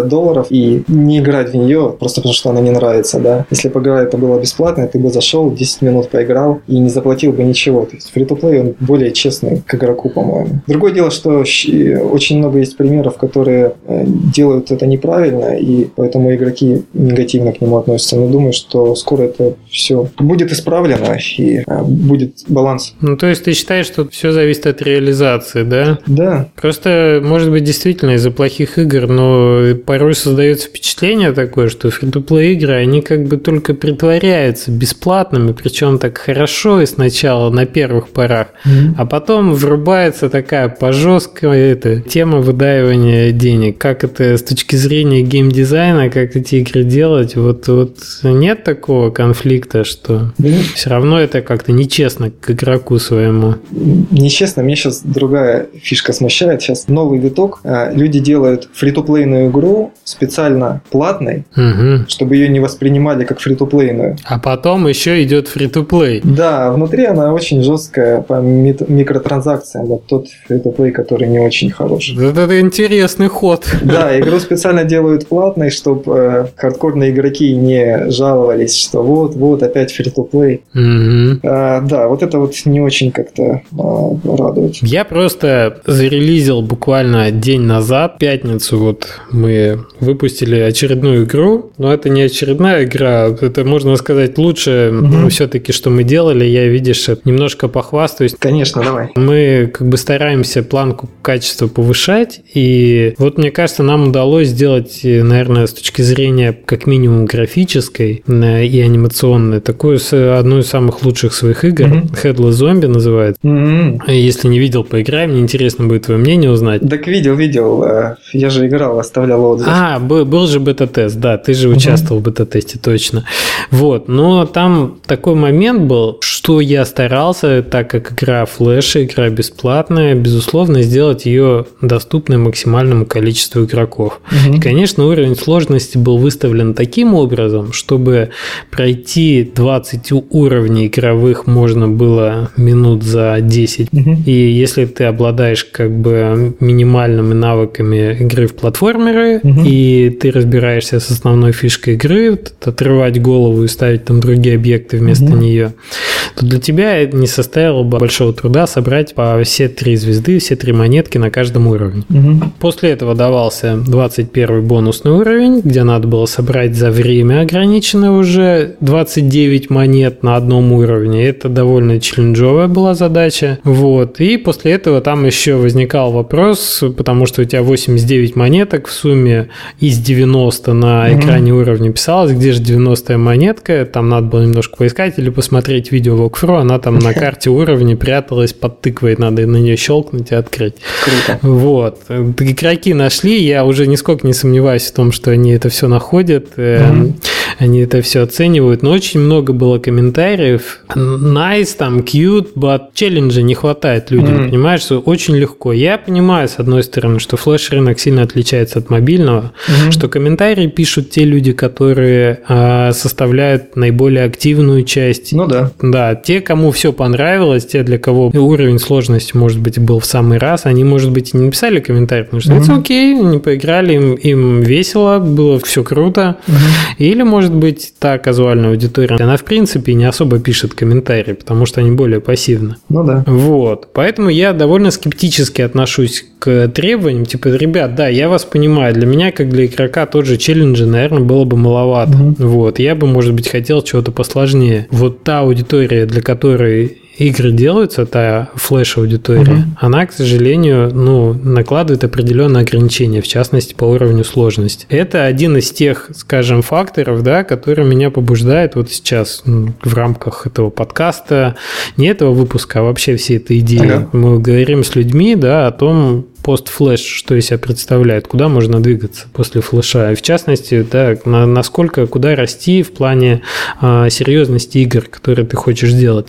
пятьдесят долларов и не играть в нее просто потому, что она не нравится, да. Если бы игра это была бесплатная, ты бы зашел, десять минут поиграл и не заплатил бы ничего. То есть фри-то-плей, он более честный к игроку, по-моему. Другое дело, что очень много есть примеров, которые делают это неправильно, и поэтому игроки негативно к нему относятся. Но думаю, что скоро это все будет исправлено и будет баланс. Ну, то есть ты считаешь, что все зависит от реализации, да? Да. Просто, может быть, действительно из-за плохих игр, но порой создается впечатление такое, что фри-то-плей игры, они как бы только притворяются бесплатными, причем так хорошо и сначала на первых порах, mm-hmm. а потом врубается такая пожесткая эта тема выдаивания денег. Как это с точки зрения геймдизайна, как эти игры делать, вот, вот нет такого конфликта, что mm-hmm. все равно это как-то нечестно к игроку своему. Нечестно, мне сейчас другая фишка смущает. Сейчас новый виток. Люди делают фри-то-плейную игру специально платной, угу. чтобы ее не воспринимали как фри-то-плейную. А потом еще идет фри-то-плей. Да, внутри она очень жесткая по микротранзакциям. Вот тот фри-то-плей, который не очень хороший. Это, это интересный ход. Да, игру специально делают платной, чтобы э, хардкорные игроки не жаловались, что вот-вот опять фри-то-плей. Угу. А, да, вот это вот не очень как-то а, радует. Я просто зарелизил буквально день назад, в пятницу, вот мы выпустили очередную игру, но это не очередная игра, это, можно сказать, лучше угу. все-таки, что мы делали, я, видишь, немножко похвастаюсь. Конечно, давай. Мы как бы стараемся планку качества повышать, и вот, мне кажется, нам удалось сделать, наверное, с точки зрения как минимум графической и анимационной, такую одну из самых лучших своих игр, угу. Headless Zombie называется. Угу. Если не видел, поиграй, мне интересно будет твое мнение узнать. Так видел, видел, я же играл, оставлял отзыв. А, был, был же бета-тест, да, ты же участвовал угу. в бета-тесте, точно. Вот, но там такой момент был, что я старался, так как игра флеша, игра бесплатная, безусловно, сделать ее доступной максимальному количеству игроков. Угу. И, конечно, уровень сложности был выставлен таким образом, чтобы пройти двадцать уровней игровых можно было минут за десять. Угу. И если ты обладаешь как бы минимальными навыками игры в платформеры, угу. и ты разбираешься с основной фишкой игры, отрывать голову и ставить там другие объекты вместо угу. нее, то для тебя не составило бы большого труда собрать по все три звезды, все три монетки на каждом уровне. Угу. После этого давался двадцать первый бонусный уровень, где надо было собрать за время ограниченное уже двадцать девять монет на одном уровне. Это довольно челленджовая была задача. Вот. И после этого там еще возникал вопрос, потому что у тебя восемьдесят девять монеток в сумме из девяноста на mm-hmm. экране уровня писалось, где же девяностая монетка, там надо было немножко поискать или посмотреть видео walkthrough, она там на карте уровня пряталась под тыквой, надо на нее щелкнуть и открыть. Круто. Вот. Игроки нашли, я уже нисколько не сомневаюсь в том, что они это все находят, mm-hmm. они это все оценивают, но очень много было комментариев. Nice, там, cute, but челленджа не хватает людям, mm-hmm. понимаешь, что очень легко. Я понимаю, с одной стороны, что флеш-рынок сильно отличается от мобильного, mm-hmm. что комментарии пишут те люди, которые а, составляют наиболее активную часть. Ну да. Да, те, кому все понравилось, те, для кого уровень сложности, может быть, был в самый раз, они, может быть, и не написали комментарий, потому что это mm-hmm. окей, они поиграли, им, им весело, было все круто. Mm-hmm. Или, может быть, та казуальная аудитория, она, в принципе, не особо пишет комментарии, потому что они более пассивны. Ну да. Вот. Поэтому я довольно скептически отношусь к требованиям, типа, ребят, да, я вас понимаю, для меня, как для игрока, тот же челленджа, наверное, было бы маловато. Mm-hmm. Вот. Я бы, может быть, хотел чего-то посложнее. Вот та аудитория, для которой игры делаются, та флеш-аудитория, uh-huh. она, к сожалению, ну, накладывает определенные ограничения, в частности, по уровню сложности. Это один из тех, скажем, факторов, да, который меня побуждает вот сейчас ну, в рамках этого подкаста, не этого выпуска, а вообще всей этой идеи. Uh-huh. Мы говорим с людьми, да, о том, пост-флеш, что из себя представляет, куда можно двигаться после флеша. И в частности, да, на, насколько, куда расти в плане а, серьезности игр, которые ты хочешь делать.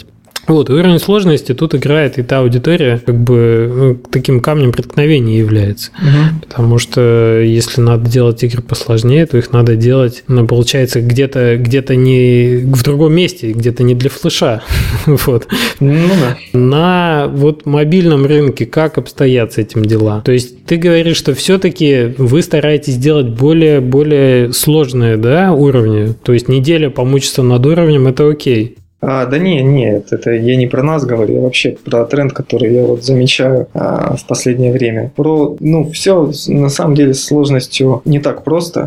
Вот, уровень сложности тут играет и та аудитория, как бы ну, таким камнем преткновения является. Угу. Потому что если надо делать игры посложнее, то их надо делать, ну, получается, где-то, где-то не в другом месте, где-то не для флеша. Вот. Ну, да. На вот мобильном рынке как обстоят с этим дела? То есть ты говоришь, что все-таки вы стараетесь делать более, более сложные, да, уровни? То есть неделя помучиться над уровнем – это окей. А, да не, нет, это я не про нас говорю, я вообще про тренд, который я вот замечаю а, в последнее время. Про, ну, все на самом деле с сложностью не так просто.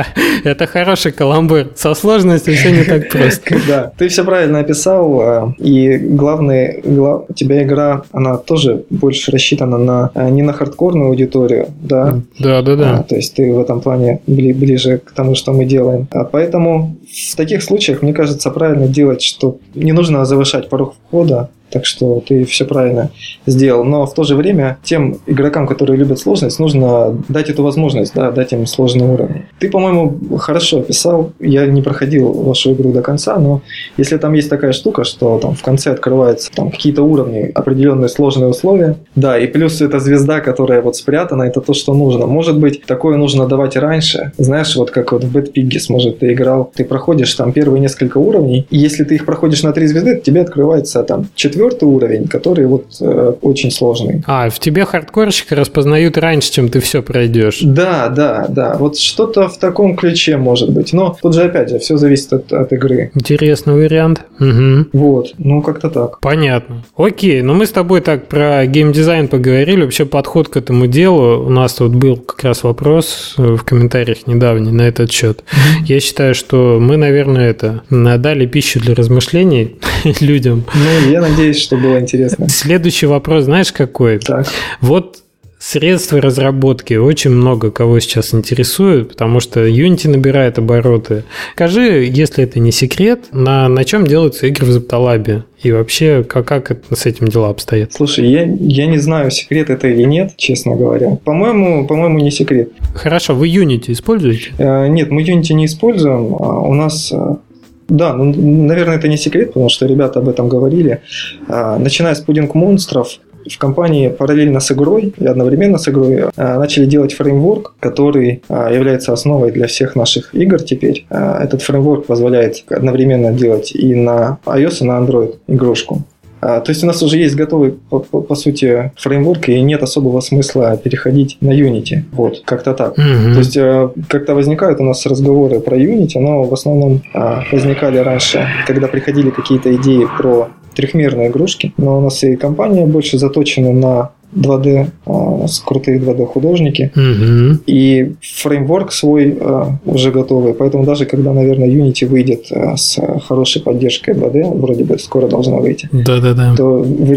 Это хороший каламбур. Со сложностью все не так просто. Да, ты все правильно описал, и главное, у тебя игра, она тоже больше рассчитана на не на хардкорную аудиторию, да? Да, да, да. То есть ты в этом плане ближе к тому, что мы делаем. Поэтому в таких случаях, мне кажется, правильно делать, что не нужно завышать порог входа, так что ты все правильно сделал. Но в то же время тем игрокам, которые любят сложность, нужно дать эту возможность, да, дать им сложный уровень. Ты, по-моему, хорошо описал. Я не проходил вашу игру до конца, но если там есть такая штука, что там в конце открываются там какие-то уровни, определенные сложные условия, да, и плюс эта звезда, которая вот спрятана, это то, что нужно. Может быть, такое нужно давать раньше. Знаешь, вот как вот в Bad Piggies, может, ты играл, ты проходишь там первые несколько уровней, и если ты их проходишь на три звезды, то тебе открывается там четвертый уровень, который вот э, очень сложный. А, в тебе хардкорщика распознают раньше, чем ты все пройдешь. Да, да, да. Вот что-то в таком ключе может быть. Но тут же, опять же, все зависит от, от игры. Интересный вариант. Угу. Вот, ну как-то так. Понятно. Окей, ну мы с тобой так про геймдизайн поговорили, вообще подход к этому делу. У нас тут был как раз вопрос в комментариях недавний на этот счет. Mm-hmm. Я считаю, что мы, наверное, это дали пищу для размышлений людям. Ну, я надеюсь, что было интересно. Следующий вопрос, знаешь, какой? Так. Вот средства разработки очень много кого сейчас интересует, потому что Unity набирает обороты. Скажи, если это не секрет, на, на чем делаются игры в Zeptalab? И вообще, как, как это, с этим дела обстоят? Слушай, я, я не знаю, секрет это или нет, честно говоря. По-моему, по-моему, не секрет. Хорошо, вы Unity используете? Э, нет, мы Unity не используем. У нас... Да, ну, наверное, это не секрет, потому что ребята об этом говорили. Начиная с пудинг монстров, в компании параллельно с игрой и одновременно с игрой начали делать фреймворк, который является основой для всех наших игр теперь. Этот фреймворк позволяет одновременно делать и на iOS, и на Android игрушку. То есть у нас уже есть готовый, по, по, по сути, фреймворк, и нет особого смысла переходить на Unity. Вот, как-то так. Mm-hmm. То есть как-то возникают у нас разговоры про Unity, но в основном возникали раньше, когда приходили какие-то идеи про трехмерные игрушки. Но у нас и компания больше заточена на два дэ, с крутые два дэ художники, угу. И фреймворк свой уже готовый, поэтому даже когда, наверное, Unity выйдет с хорошей поддержкой два дэ, вроде бы скоро должна выйти, да-да-да, то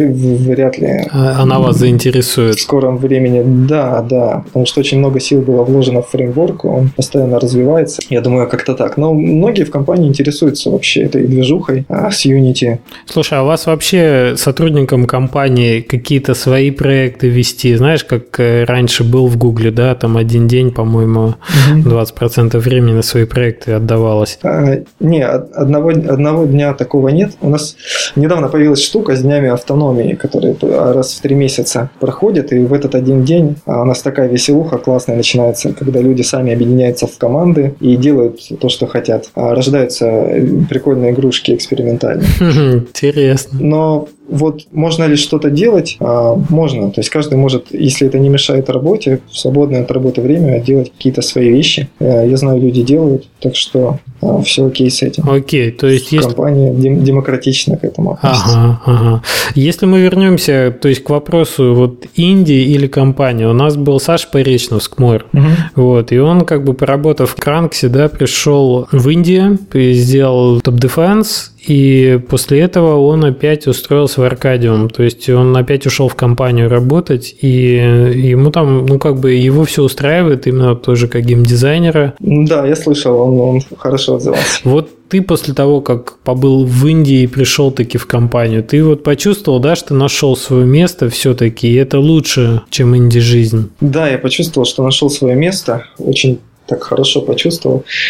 вряд ли она вас заинтересует. В скором времени, да, да, потому что очень много сил было вложено в фреймворк, он постоянно развивается, я думаю, как-то так, но многие в компании интересуются вообще этой движухой с Unity. Слушай, а у вас вообще сотрудникам компании какие-то свои проекты вести, знаешь, как раньше был в Гугле, да, там один день, по-моему, угу. двадцать процентов времени на свои проекты отдавалось. А, не, одного, одного дня такого нет. У нас недавно появилась штука с днями автономии, которые раз в три месяца проходят, и в этот один день у нас такая веселуха классная начинается, когда люди сами объединяются в команды и делают то, что хотят. Рождаются прикольные игрушки экспериментальные. Интересно. Но вот можно ли что-то делать? А, можно. То есть каждый может, если это не мешает работе, в свободное от работы время делать какие-то свои вещи. Я знаю, люди делают, так что а, все окей с этим. Окей, то есть есть... Компания дем- демократично к этому относится. Ага, ага. Если мы вернемся, то есть к вопросу вот Индии или компании, у нас был Саша Поречнов, Скмор, угу. Вот, и он как бы поработав в Кранксе, да, пришел в Индию, сделал Top Defense, и после этого он опять устроился в Аркадиум, то есть он опять ушел в компанию работать, и ему там, ну, как бы его все устраивает, именно тоже как геймдизайнера. Да, я слышал, он, он хорошо отзывался. Вот ты после того, как побыл в Индии и пришел таки в компанию, ты вот почувствовал, да, что нашел свое место все-таки, и это лучше, чем инди-жизнь? Да, я почувствовал, что нашел свое место, очень так хорошо почувствовал.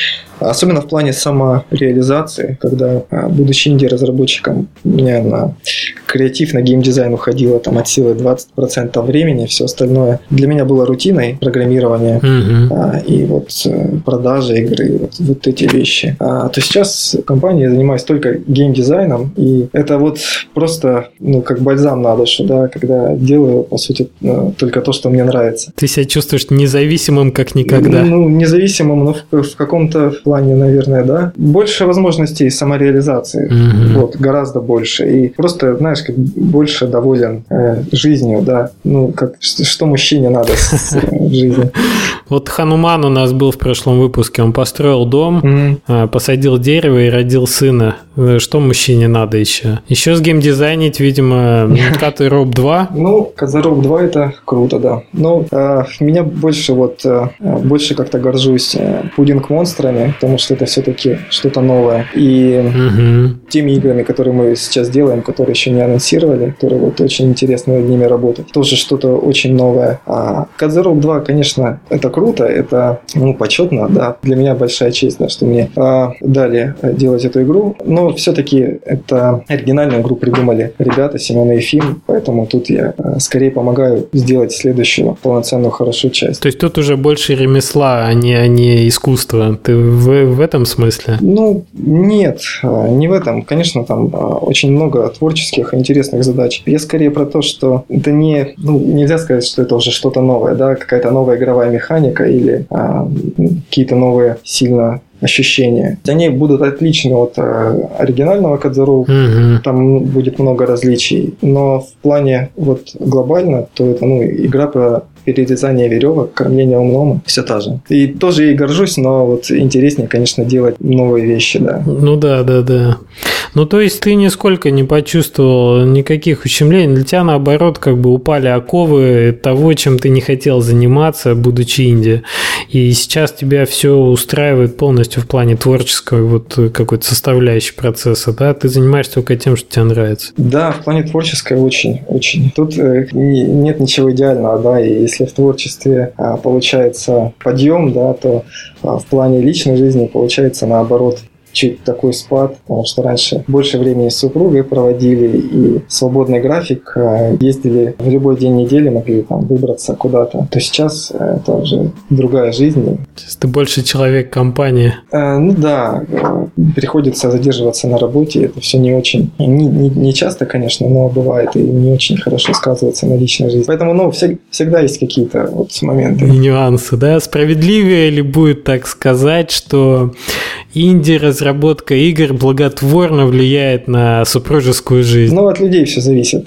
особенно в плане самореализации, когда, будучи инди-разработчиком, у меня на креатив, на геймдизайн уходило там от силы двадцать процентов времени, все остальное для меня было рутиной программирования mm-hmm. и вот продажи игры, вот, вот эти вещи. А, то сейчас в компании я занимаюсь только геймдизайном, и это вот просто, ну, как бальзам на душу, да, когда делаю, по сути, только то, что мне нравится. Ты себя чувствуешь независимым как никогда? Ну, независимым, но в, в каком-то плане, наверное, да. Больше возможностей самореализации, mm-hmm. вот, гораздо больше. И просто, знаешь, как больше доволен э, жизнью, да. Ну, как, что мужчине надо в жизни. Вот Хануман у нас был в прошлом выпуске. Он построил дом, mm-hmm. посадил дерево и родил сына. Что мужчине надо еще? Еще сгеймдизайнить, видимо, Катарок два. Ну, Катарок два это круто, да. Но э, меня больше вот э, больше как-то горжусь э, пудинг-монстрами, потому что это все-таки что-то новое. И mm-hmm. теми играми, которые мы сейчас делаем, которые еще не анонсировали, которые вот очень интересно над ними работать. Тоже что-то очень новое. А Катарок два, конечно, это круто, это, ну, почетно, да. Для меня большая честь, да, что мне а, дали делать эту игру. Но все-таки это оригинальную игру придумали ребята, Семен и Ефим, поэтому тут я а, скорее помогаю сделать следующую полноценную, хорошую часть. То есть тут уже больше ремесла, а не, а не искусство. Ты в, в этом смысле? Ну, нет, не в этом. Конечно, там очень много творческих, интересных задач. Я скорее про то, что это не, ну, нельзя сказать, что это уже что-то новое, да, какая-то новая игровая механика или а, какие-то новые сильно ощущения. Они будут отличны от э, оригинального Катарок, mm-hmm. там будет много различий, но в плане вот глобально, то это, ну, игра про перерезание веревок, кормление умном, все та же. И тоже ей горжусь, но вот интереснее, конечно, делать новые вещи, да. Ну да, да, да. Ну, то есть ты нисколько не почувствовал никаких ущемлений, для тебя, наоборот, как бы упали оковы того, чем ты не хотел заниматься, будучи инди. И сейчас тебя все устраивает полностью в плане творческой вот какой-то составляющей процесса, да? Ты занимаешься только тем, что тебе нравится. Да, в плане творческой очень, очень. Тут э, нет ничего идеального, да, и если в творчестве а, получается подъем, да, то а, в плане личной жизни получается наоборот чуть такой спад, потому что раньше больше времени с супругой проводили и свободный график, ездили в любой день недели, могли там выбраться куда-то. То сейчас это уже другая жизнь. Сейчас ты больше человек компании. А, ну да, приходится задерживаться на работе, это все не очень, не, не, не часто, конечно, но бывает и не очень хорошо сказывается на личной жизни. Поэтому, ну, всег, всегда есть какие-то вот моменты. И нюансы, да? Справедливее ли будет так сказать, что инди-разработка игр благотворно влияет на супружескую жизнь? Ну, от людей все зависит.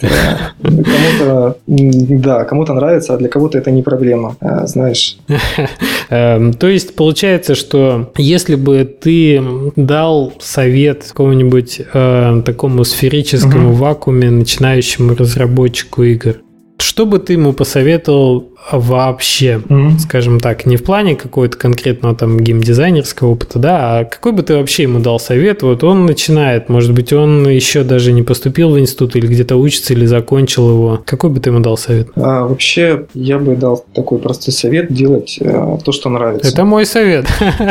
Кому-то, да, кому-то нравится, а для кого-то это не проблема, знаешь. То есть, получается, что если бы ты дал совет какому-нибудь такому сферическому вакууме начинающему разработчику игр, что бы ты ему посоветовал вообще, mm-hmm. скажем так, не в плане какого-то конкретного там геймдизайнерского опыта, да, а какой бы ты вообще ему дал совет? Вот он начинает, может быть, он еще даже не поступил в институт или где-то учится, или закончил его. Какой бы ты ему дал совет? А, вообще, я бы дал такой простой совет: делать а, то, что нравится. Это мой совет.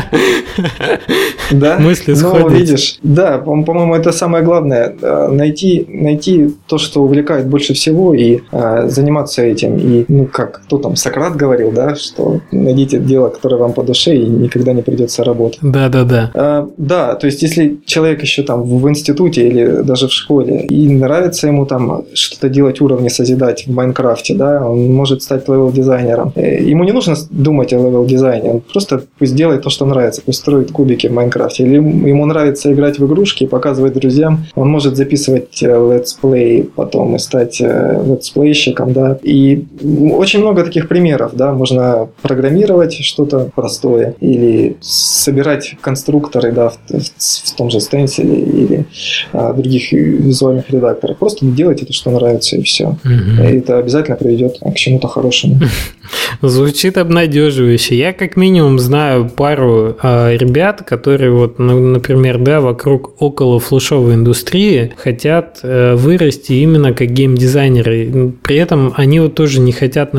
Да? Мысли сходятся. Ну, видишь, да, по-моему, это самое главное. Найти, найти то, что увлекает больше всего, и а, заниматься этим. И, ну, как, кто там, Сократ говорил, да, что найдите дело, которое вам по душе, и никогда не придется работать. Да, да, да. А, да, то есть, если человек еще там в институте или даже в школе, и нравится ему там что-то делать, уровни созидать в Майнкрафте, да, он может стать левел-дизайнером. Ему не нужно думать о левел-дизайне, он просто пусть делает то, что нравится, пусть строит кубики в Майнкрафте. Или ему нравится играть в игрушки, показывать друзьям, он может записывать летсплей потом и стать летсплейщиком, да. И очень много таких примеров, да, можно программировать что-то простое или собирать конструкторы, да, в, в, в том же Stencil или а, других визуальных редакторах. Просто делать это, что нравится, и все. Mm-hmm. И это обязательно приведет к чему-то хорошему. Звучит обнадеживающе. Я как минимум знаю пару э, ребят, которые вот, ну, например, да, вокруг около флешовой индустрии хотят э, вырасти именно как геймдизайнеры. При этом они вот тоже не хотят, например,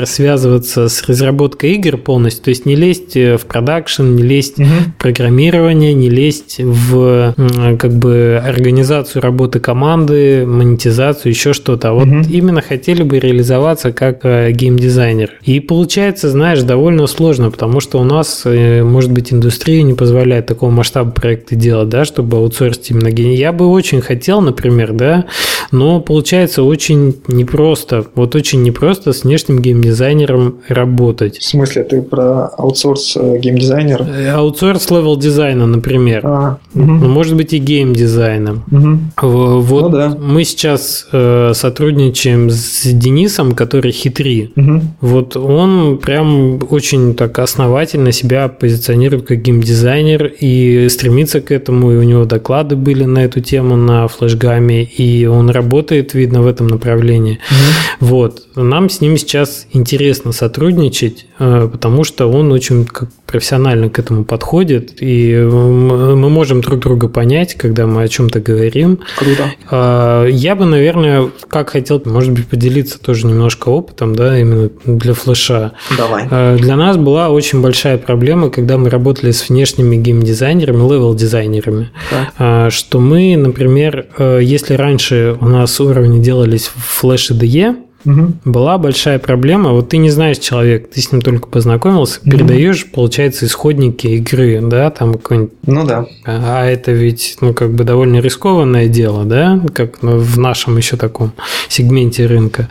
например, связываться с разработкой игр полностью, то есть не лезть в продакшн, не лезть угу. в программирование, не лезть в как бы организацию работы команды, монетизацию, еще что-то. А вот угу. именно хотели бы реализоваться как геймдизайнер. И получается, знаешь, довольно сложно, потому что у нас, может быть, индустрия не позволяет такого масштаба проекта делать, да, чтобы аутсорсить именно гейм. Я бы очень хотел, например, да, но получается очень непросто, вот очень непросто с внешним геймдизайнером работать. В смысле, ты про аутсорс геймдизайнера? Аутсорс левел дизайна, например. А, угу. Может быть, и геймдизайна. Угу. Вот ну, да. мы сейчас э, сотрудничаем с Денисом, который хитри. Угу. Вот он прям очень так основательно себя позиционирует как геймдизайнер и стремится к этому, и у него доклады были на эту тему на флешгаме, и он работает, видно, в этом направлении. Угу. Вот. Нам с ним сейчас интересно сотрудничать, потому что он очень как профессионально к этому подходит, и мы можем друг друга понять, когда мы о чем-то говорим. Круто. Я бы, наверное, как хотел, может быть, поделиться тоже немножко опытом, да, именно для флеша. Давай. Для нас была очень большая проблема, когда мы работали с внешними геймдизайнерами, левел-дизайнерами, так. что мы, например, если раньше у нас уровни делались в Flash ай ди и, угу. была большая проблема. Вот ты не знаешь человека, ты с ним только познакомился, угу. передаешь, получается, исходники игры, да, там какой-нибудь. Ну да. А это ведь, ну, как бы довольно рискованное дело, да, как в нашем еще таком сегменте рынка.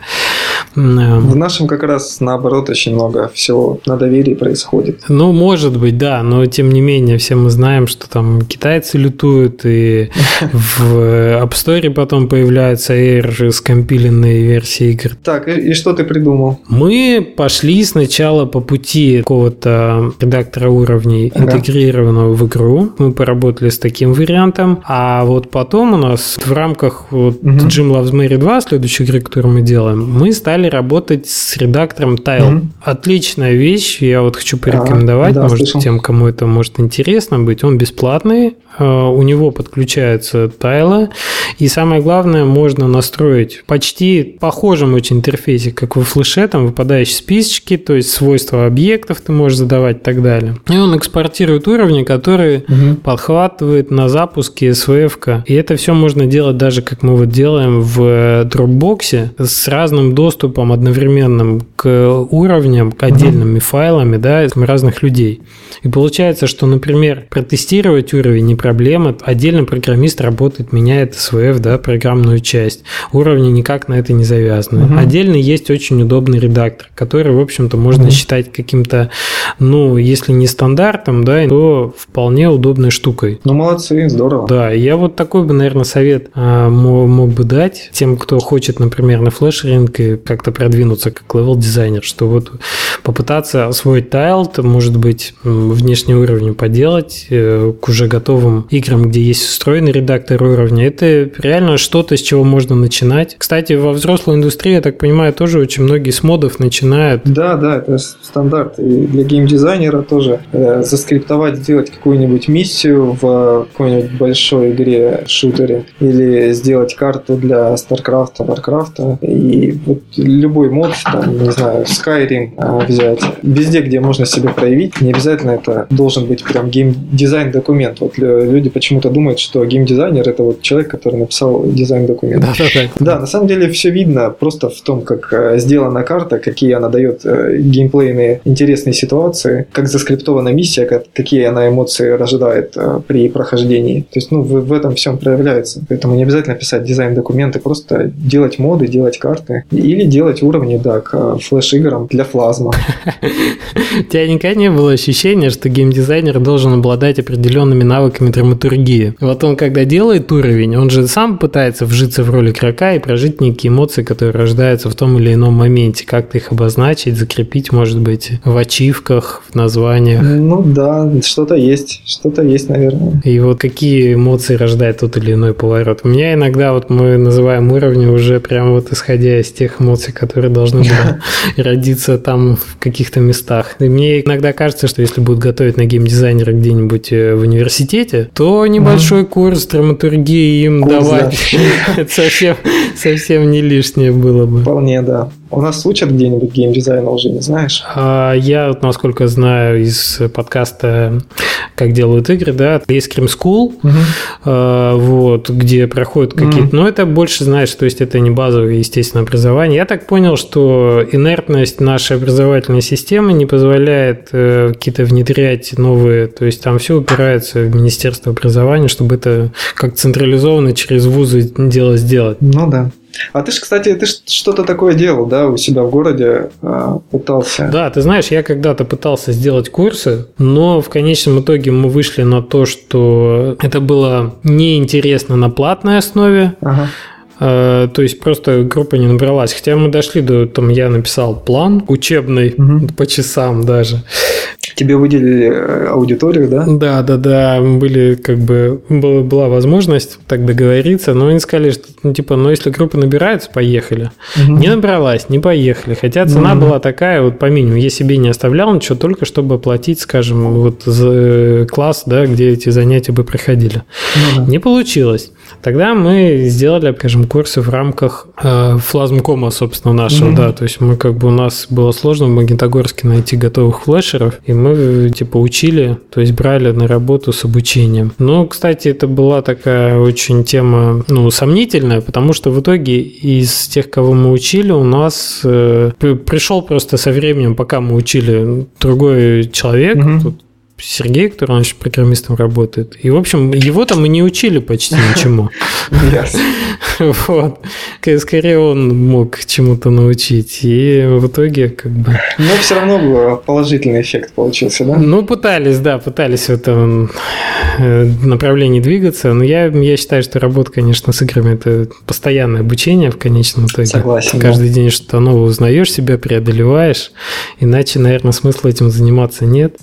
В нашем как раз наоборот очень много всего на доверии происходит. Ну, может быть, да, но тем не менее все мы знаем, что там китайцы лютуют, и в App Store потом появляются Air скомпиленные версии игр. Так, и, и что ты придумал? Мы пошли сначала по пути какого-то редактора уровней, ага. интегрированного в игру. Мы поработали с таким вариантом, а вот потом у нас в рамках вот угу. Jim Loves Mary два, следующей игры, которую мы делаем, мы стали работать с редактором Tile. Угу. Отличная вещь, я вот хочу порекомендовать, а, да, может, слышал. Тем, кому это может интересно быть. Он бесплатный, у него подключаются тайлы, и самое главное, можно настроить почти похожем очень интерфейсе, как во флеше, там выпадающие списочки, то есть свойства объектов ты можешь задавать и так далее. И он экспортирует уровни, которые угу. подхватывает на запуске эс ви эф-ка. И это все можно делать даже, как мы вот делаем в Dropbox, с разным доступом одновременным к уровням, к отдельными угу. файлами, да, разных людей. И получается, что, например, протестировать уровень не проблема, отдельно программист работает, меняет эс ви эф, да, программную часть. Уровни никак на это не завязаны. Угу. Отдельно есть очень удобный редактор, который, в общем-то, можно угу. считать каким-то, ну, если не стандартом, да, то вполне удобной штукой. Ну, молодцы, здорово. Да, я вот такой бы, наверное, совет а, мог, мог бы дать тем, кто хочет, например, на флеш-рынке как-то продвинуться как левел-дизайнер, что вот попытаться освоить тайл, то, может быть, внешний уровень поделать э, к уже готовым играм, где есть встроенный редактор уровня. Это реально что-то, с чего можно начинать. Кстати, во взрослой индустрии, я так понимаю, тоже очень многие с модов начинают. Да, да, это стандарт. И для геймдизайнера тоже э, заскриптовать, сделать какую-нибудь миссию в какой-нибудь большой игре, шутере, или сделать карту для StarCraft, Warcraft, и вот любой мод, там, не знаю, Skyrim э, взять. Везде, где можно себя проявить, не обязательно это должен быть прям геймдизайн-документ. Вот люди почему-то думают, что геймдизайнер – это вот человек, который написал дизайн-документ. Да, да, да. Да, на самом деле все видно просто в том, как сделана карта, какие она дает геймплейные интересные ситуации, как заскриптована миссия, как, какие она эмоции рождает при прохождении. То есть, ну, в, в этом всем проявляется. Поэтому не обязательно писать дизайн-документы, просто делать моды, делать карты или делать уровни, да, к флеш-играм для флазма. У тебя никогда не было ощущения, что геймдизайнер должен обладать определенными навыками драматургии? Вот он, когда делает уровень, он же сам пытается вжиться в роль игрока и прожить некие эмоции, которые рождаются в том или ином моменте. Как-то их обозначить, закрепить, может быть, в ачивках, в названиях. Ну да, что-то есть, что-то есть, наверное. И вот какие эмоции рождает тот или иной поворот. У меня иногда вот мы называем уровни уже прямо вот исходя из тех эмоций, родиться, которые должны были родиться там в каких-то местах. И мне иногда кажется, что если будут готовить на геймдизайнера где-нибудь в университете, то небольшой mm-hmm. курс драматургии им курс, давать да. это совсем, совсем не лишнее было бы. Вполне, да. У нас учат где-нибудь геймдизайна уже, не знаешь? А, я, насколько знаю, из подкаста «Как делают игры», да, есть Scream School, угу. а, вот, где проходят какие-то... Угу. Но это больше, знаешь, то есть это не базовое, естественно, образование. Я так понял, что инертность нашей образовательной системы не позволяет э, какие-то внедрять новые... То есть там все упирается в Министерство образования, чтобы это как централизованно через вузы дело сделать. Ну да. А ты же, кстати, ты что-то такое делал, да, у себя в городе а, пытался? Да, ты знаешь, я когда-то пытался сделать курсы, но в конечном итоге мы вышли на то, что это было неинтересно на платной основе. Ага. Uh, то есть просто группа не набралась. Хотя мы дошли до... Там я написал план учебный угу. по часам даже. Тебе выделили аудиторию, да? Да, да, да. Были как бы... Была, была возможность так договориться, но они сказали, что ну, типа, ну если группа набирается, поехали. Угу. Не набралась, не поехали. Хотя цена угу. была такая, вот по минимуму. Я себе не оставлял ничего, только чтобы оплатить, скажем, вот за класс, да, где эти занятия бы проходили. Угу. Не получилось. Тогда мы сделали, скажем, курсы в рамках э, флазмкома, собственно, нашего, mm-hmm. да, то есть мы как бы у нас было сложно в Магнитогорске найти готовых флешеров, и мы типа учили, то есть брали на работу с обучением. Но, кстати, это была такая очень тема, ну, сомнительная, потому что в итоге из тех, кого мы учили, у нас э, пришел просто со временем, пока мы учили, другой человек, mm-hmm. тут Сергей, который раньше программистом работает. И, в общем, его-то мы не учили почти ничему. Ясно. Вот. Скорее он мог чему-то научить. И в итоге как бы... Но все равно положительный эффект получился, да? Ну, пытались, да, пытались в этом направлении двигаться. Но я, я считаю, что работа, конечно, с играми – это постоянное обучение в конечном итоге. Согласен. Каждый да. день что-то новое узнаешь, себя преодолеваешь. Иначе, наверное, смысла этим заниматься нет.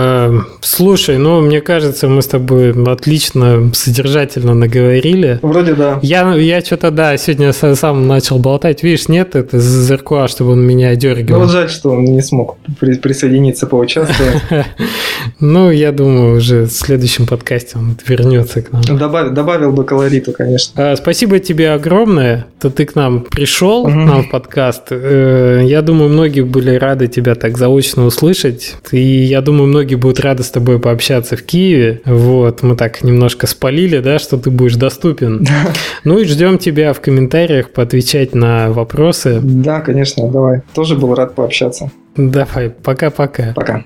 Слушай, ну, мне кажется, мы с тобой отлично, содержательно наговорили. Вроде да. Я, я что-то, да, сегодня сам начал болтать. Видишь, нет, это Зыркуа, чтобы он меня дергал. Ну, вот жаль, что он не смог при- присоединиться, поучаствовать. Ну, я думаю, уже в следующем подкасте он вернется к нам. Добавил бы колориту, конечно. Спасибо тебе огромное, что ты к нам пришел, к нам в подкаст. Я думаю, многие были рады тебя так заочно услышать. И я думаю, многие будут рады с тобой пообщаться в Киеве. Вот, мы так немножко спалили, да, что ты будешь доступен. Ну и ждем тебя в комментариях поотвечать на вопросы. Да, конечно, давай. Тоже был рад пообщаться. Давай, пока-пока. Пока.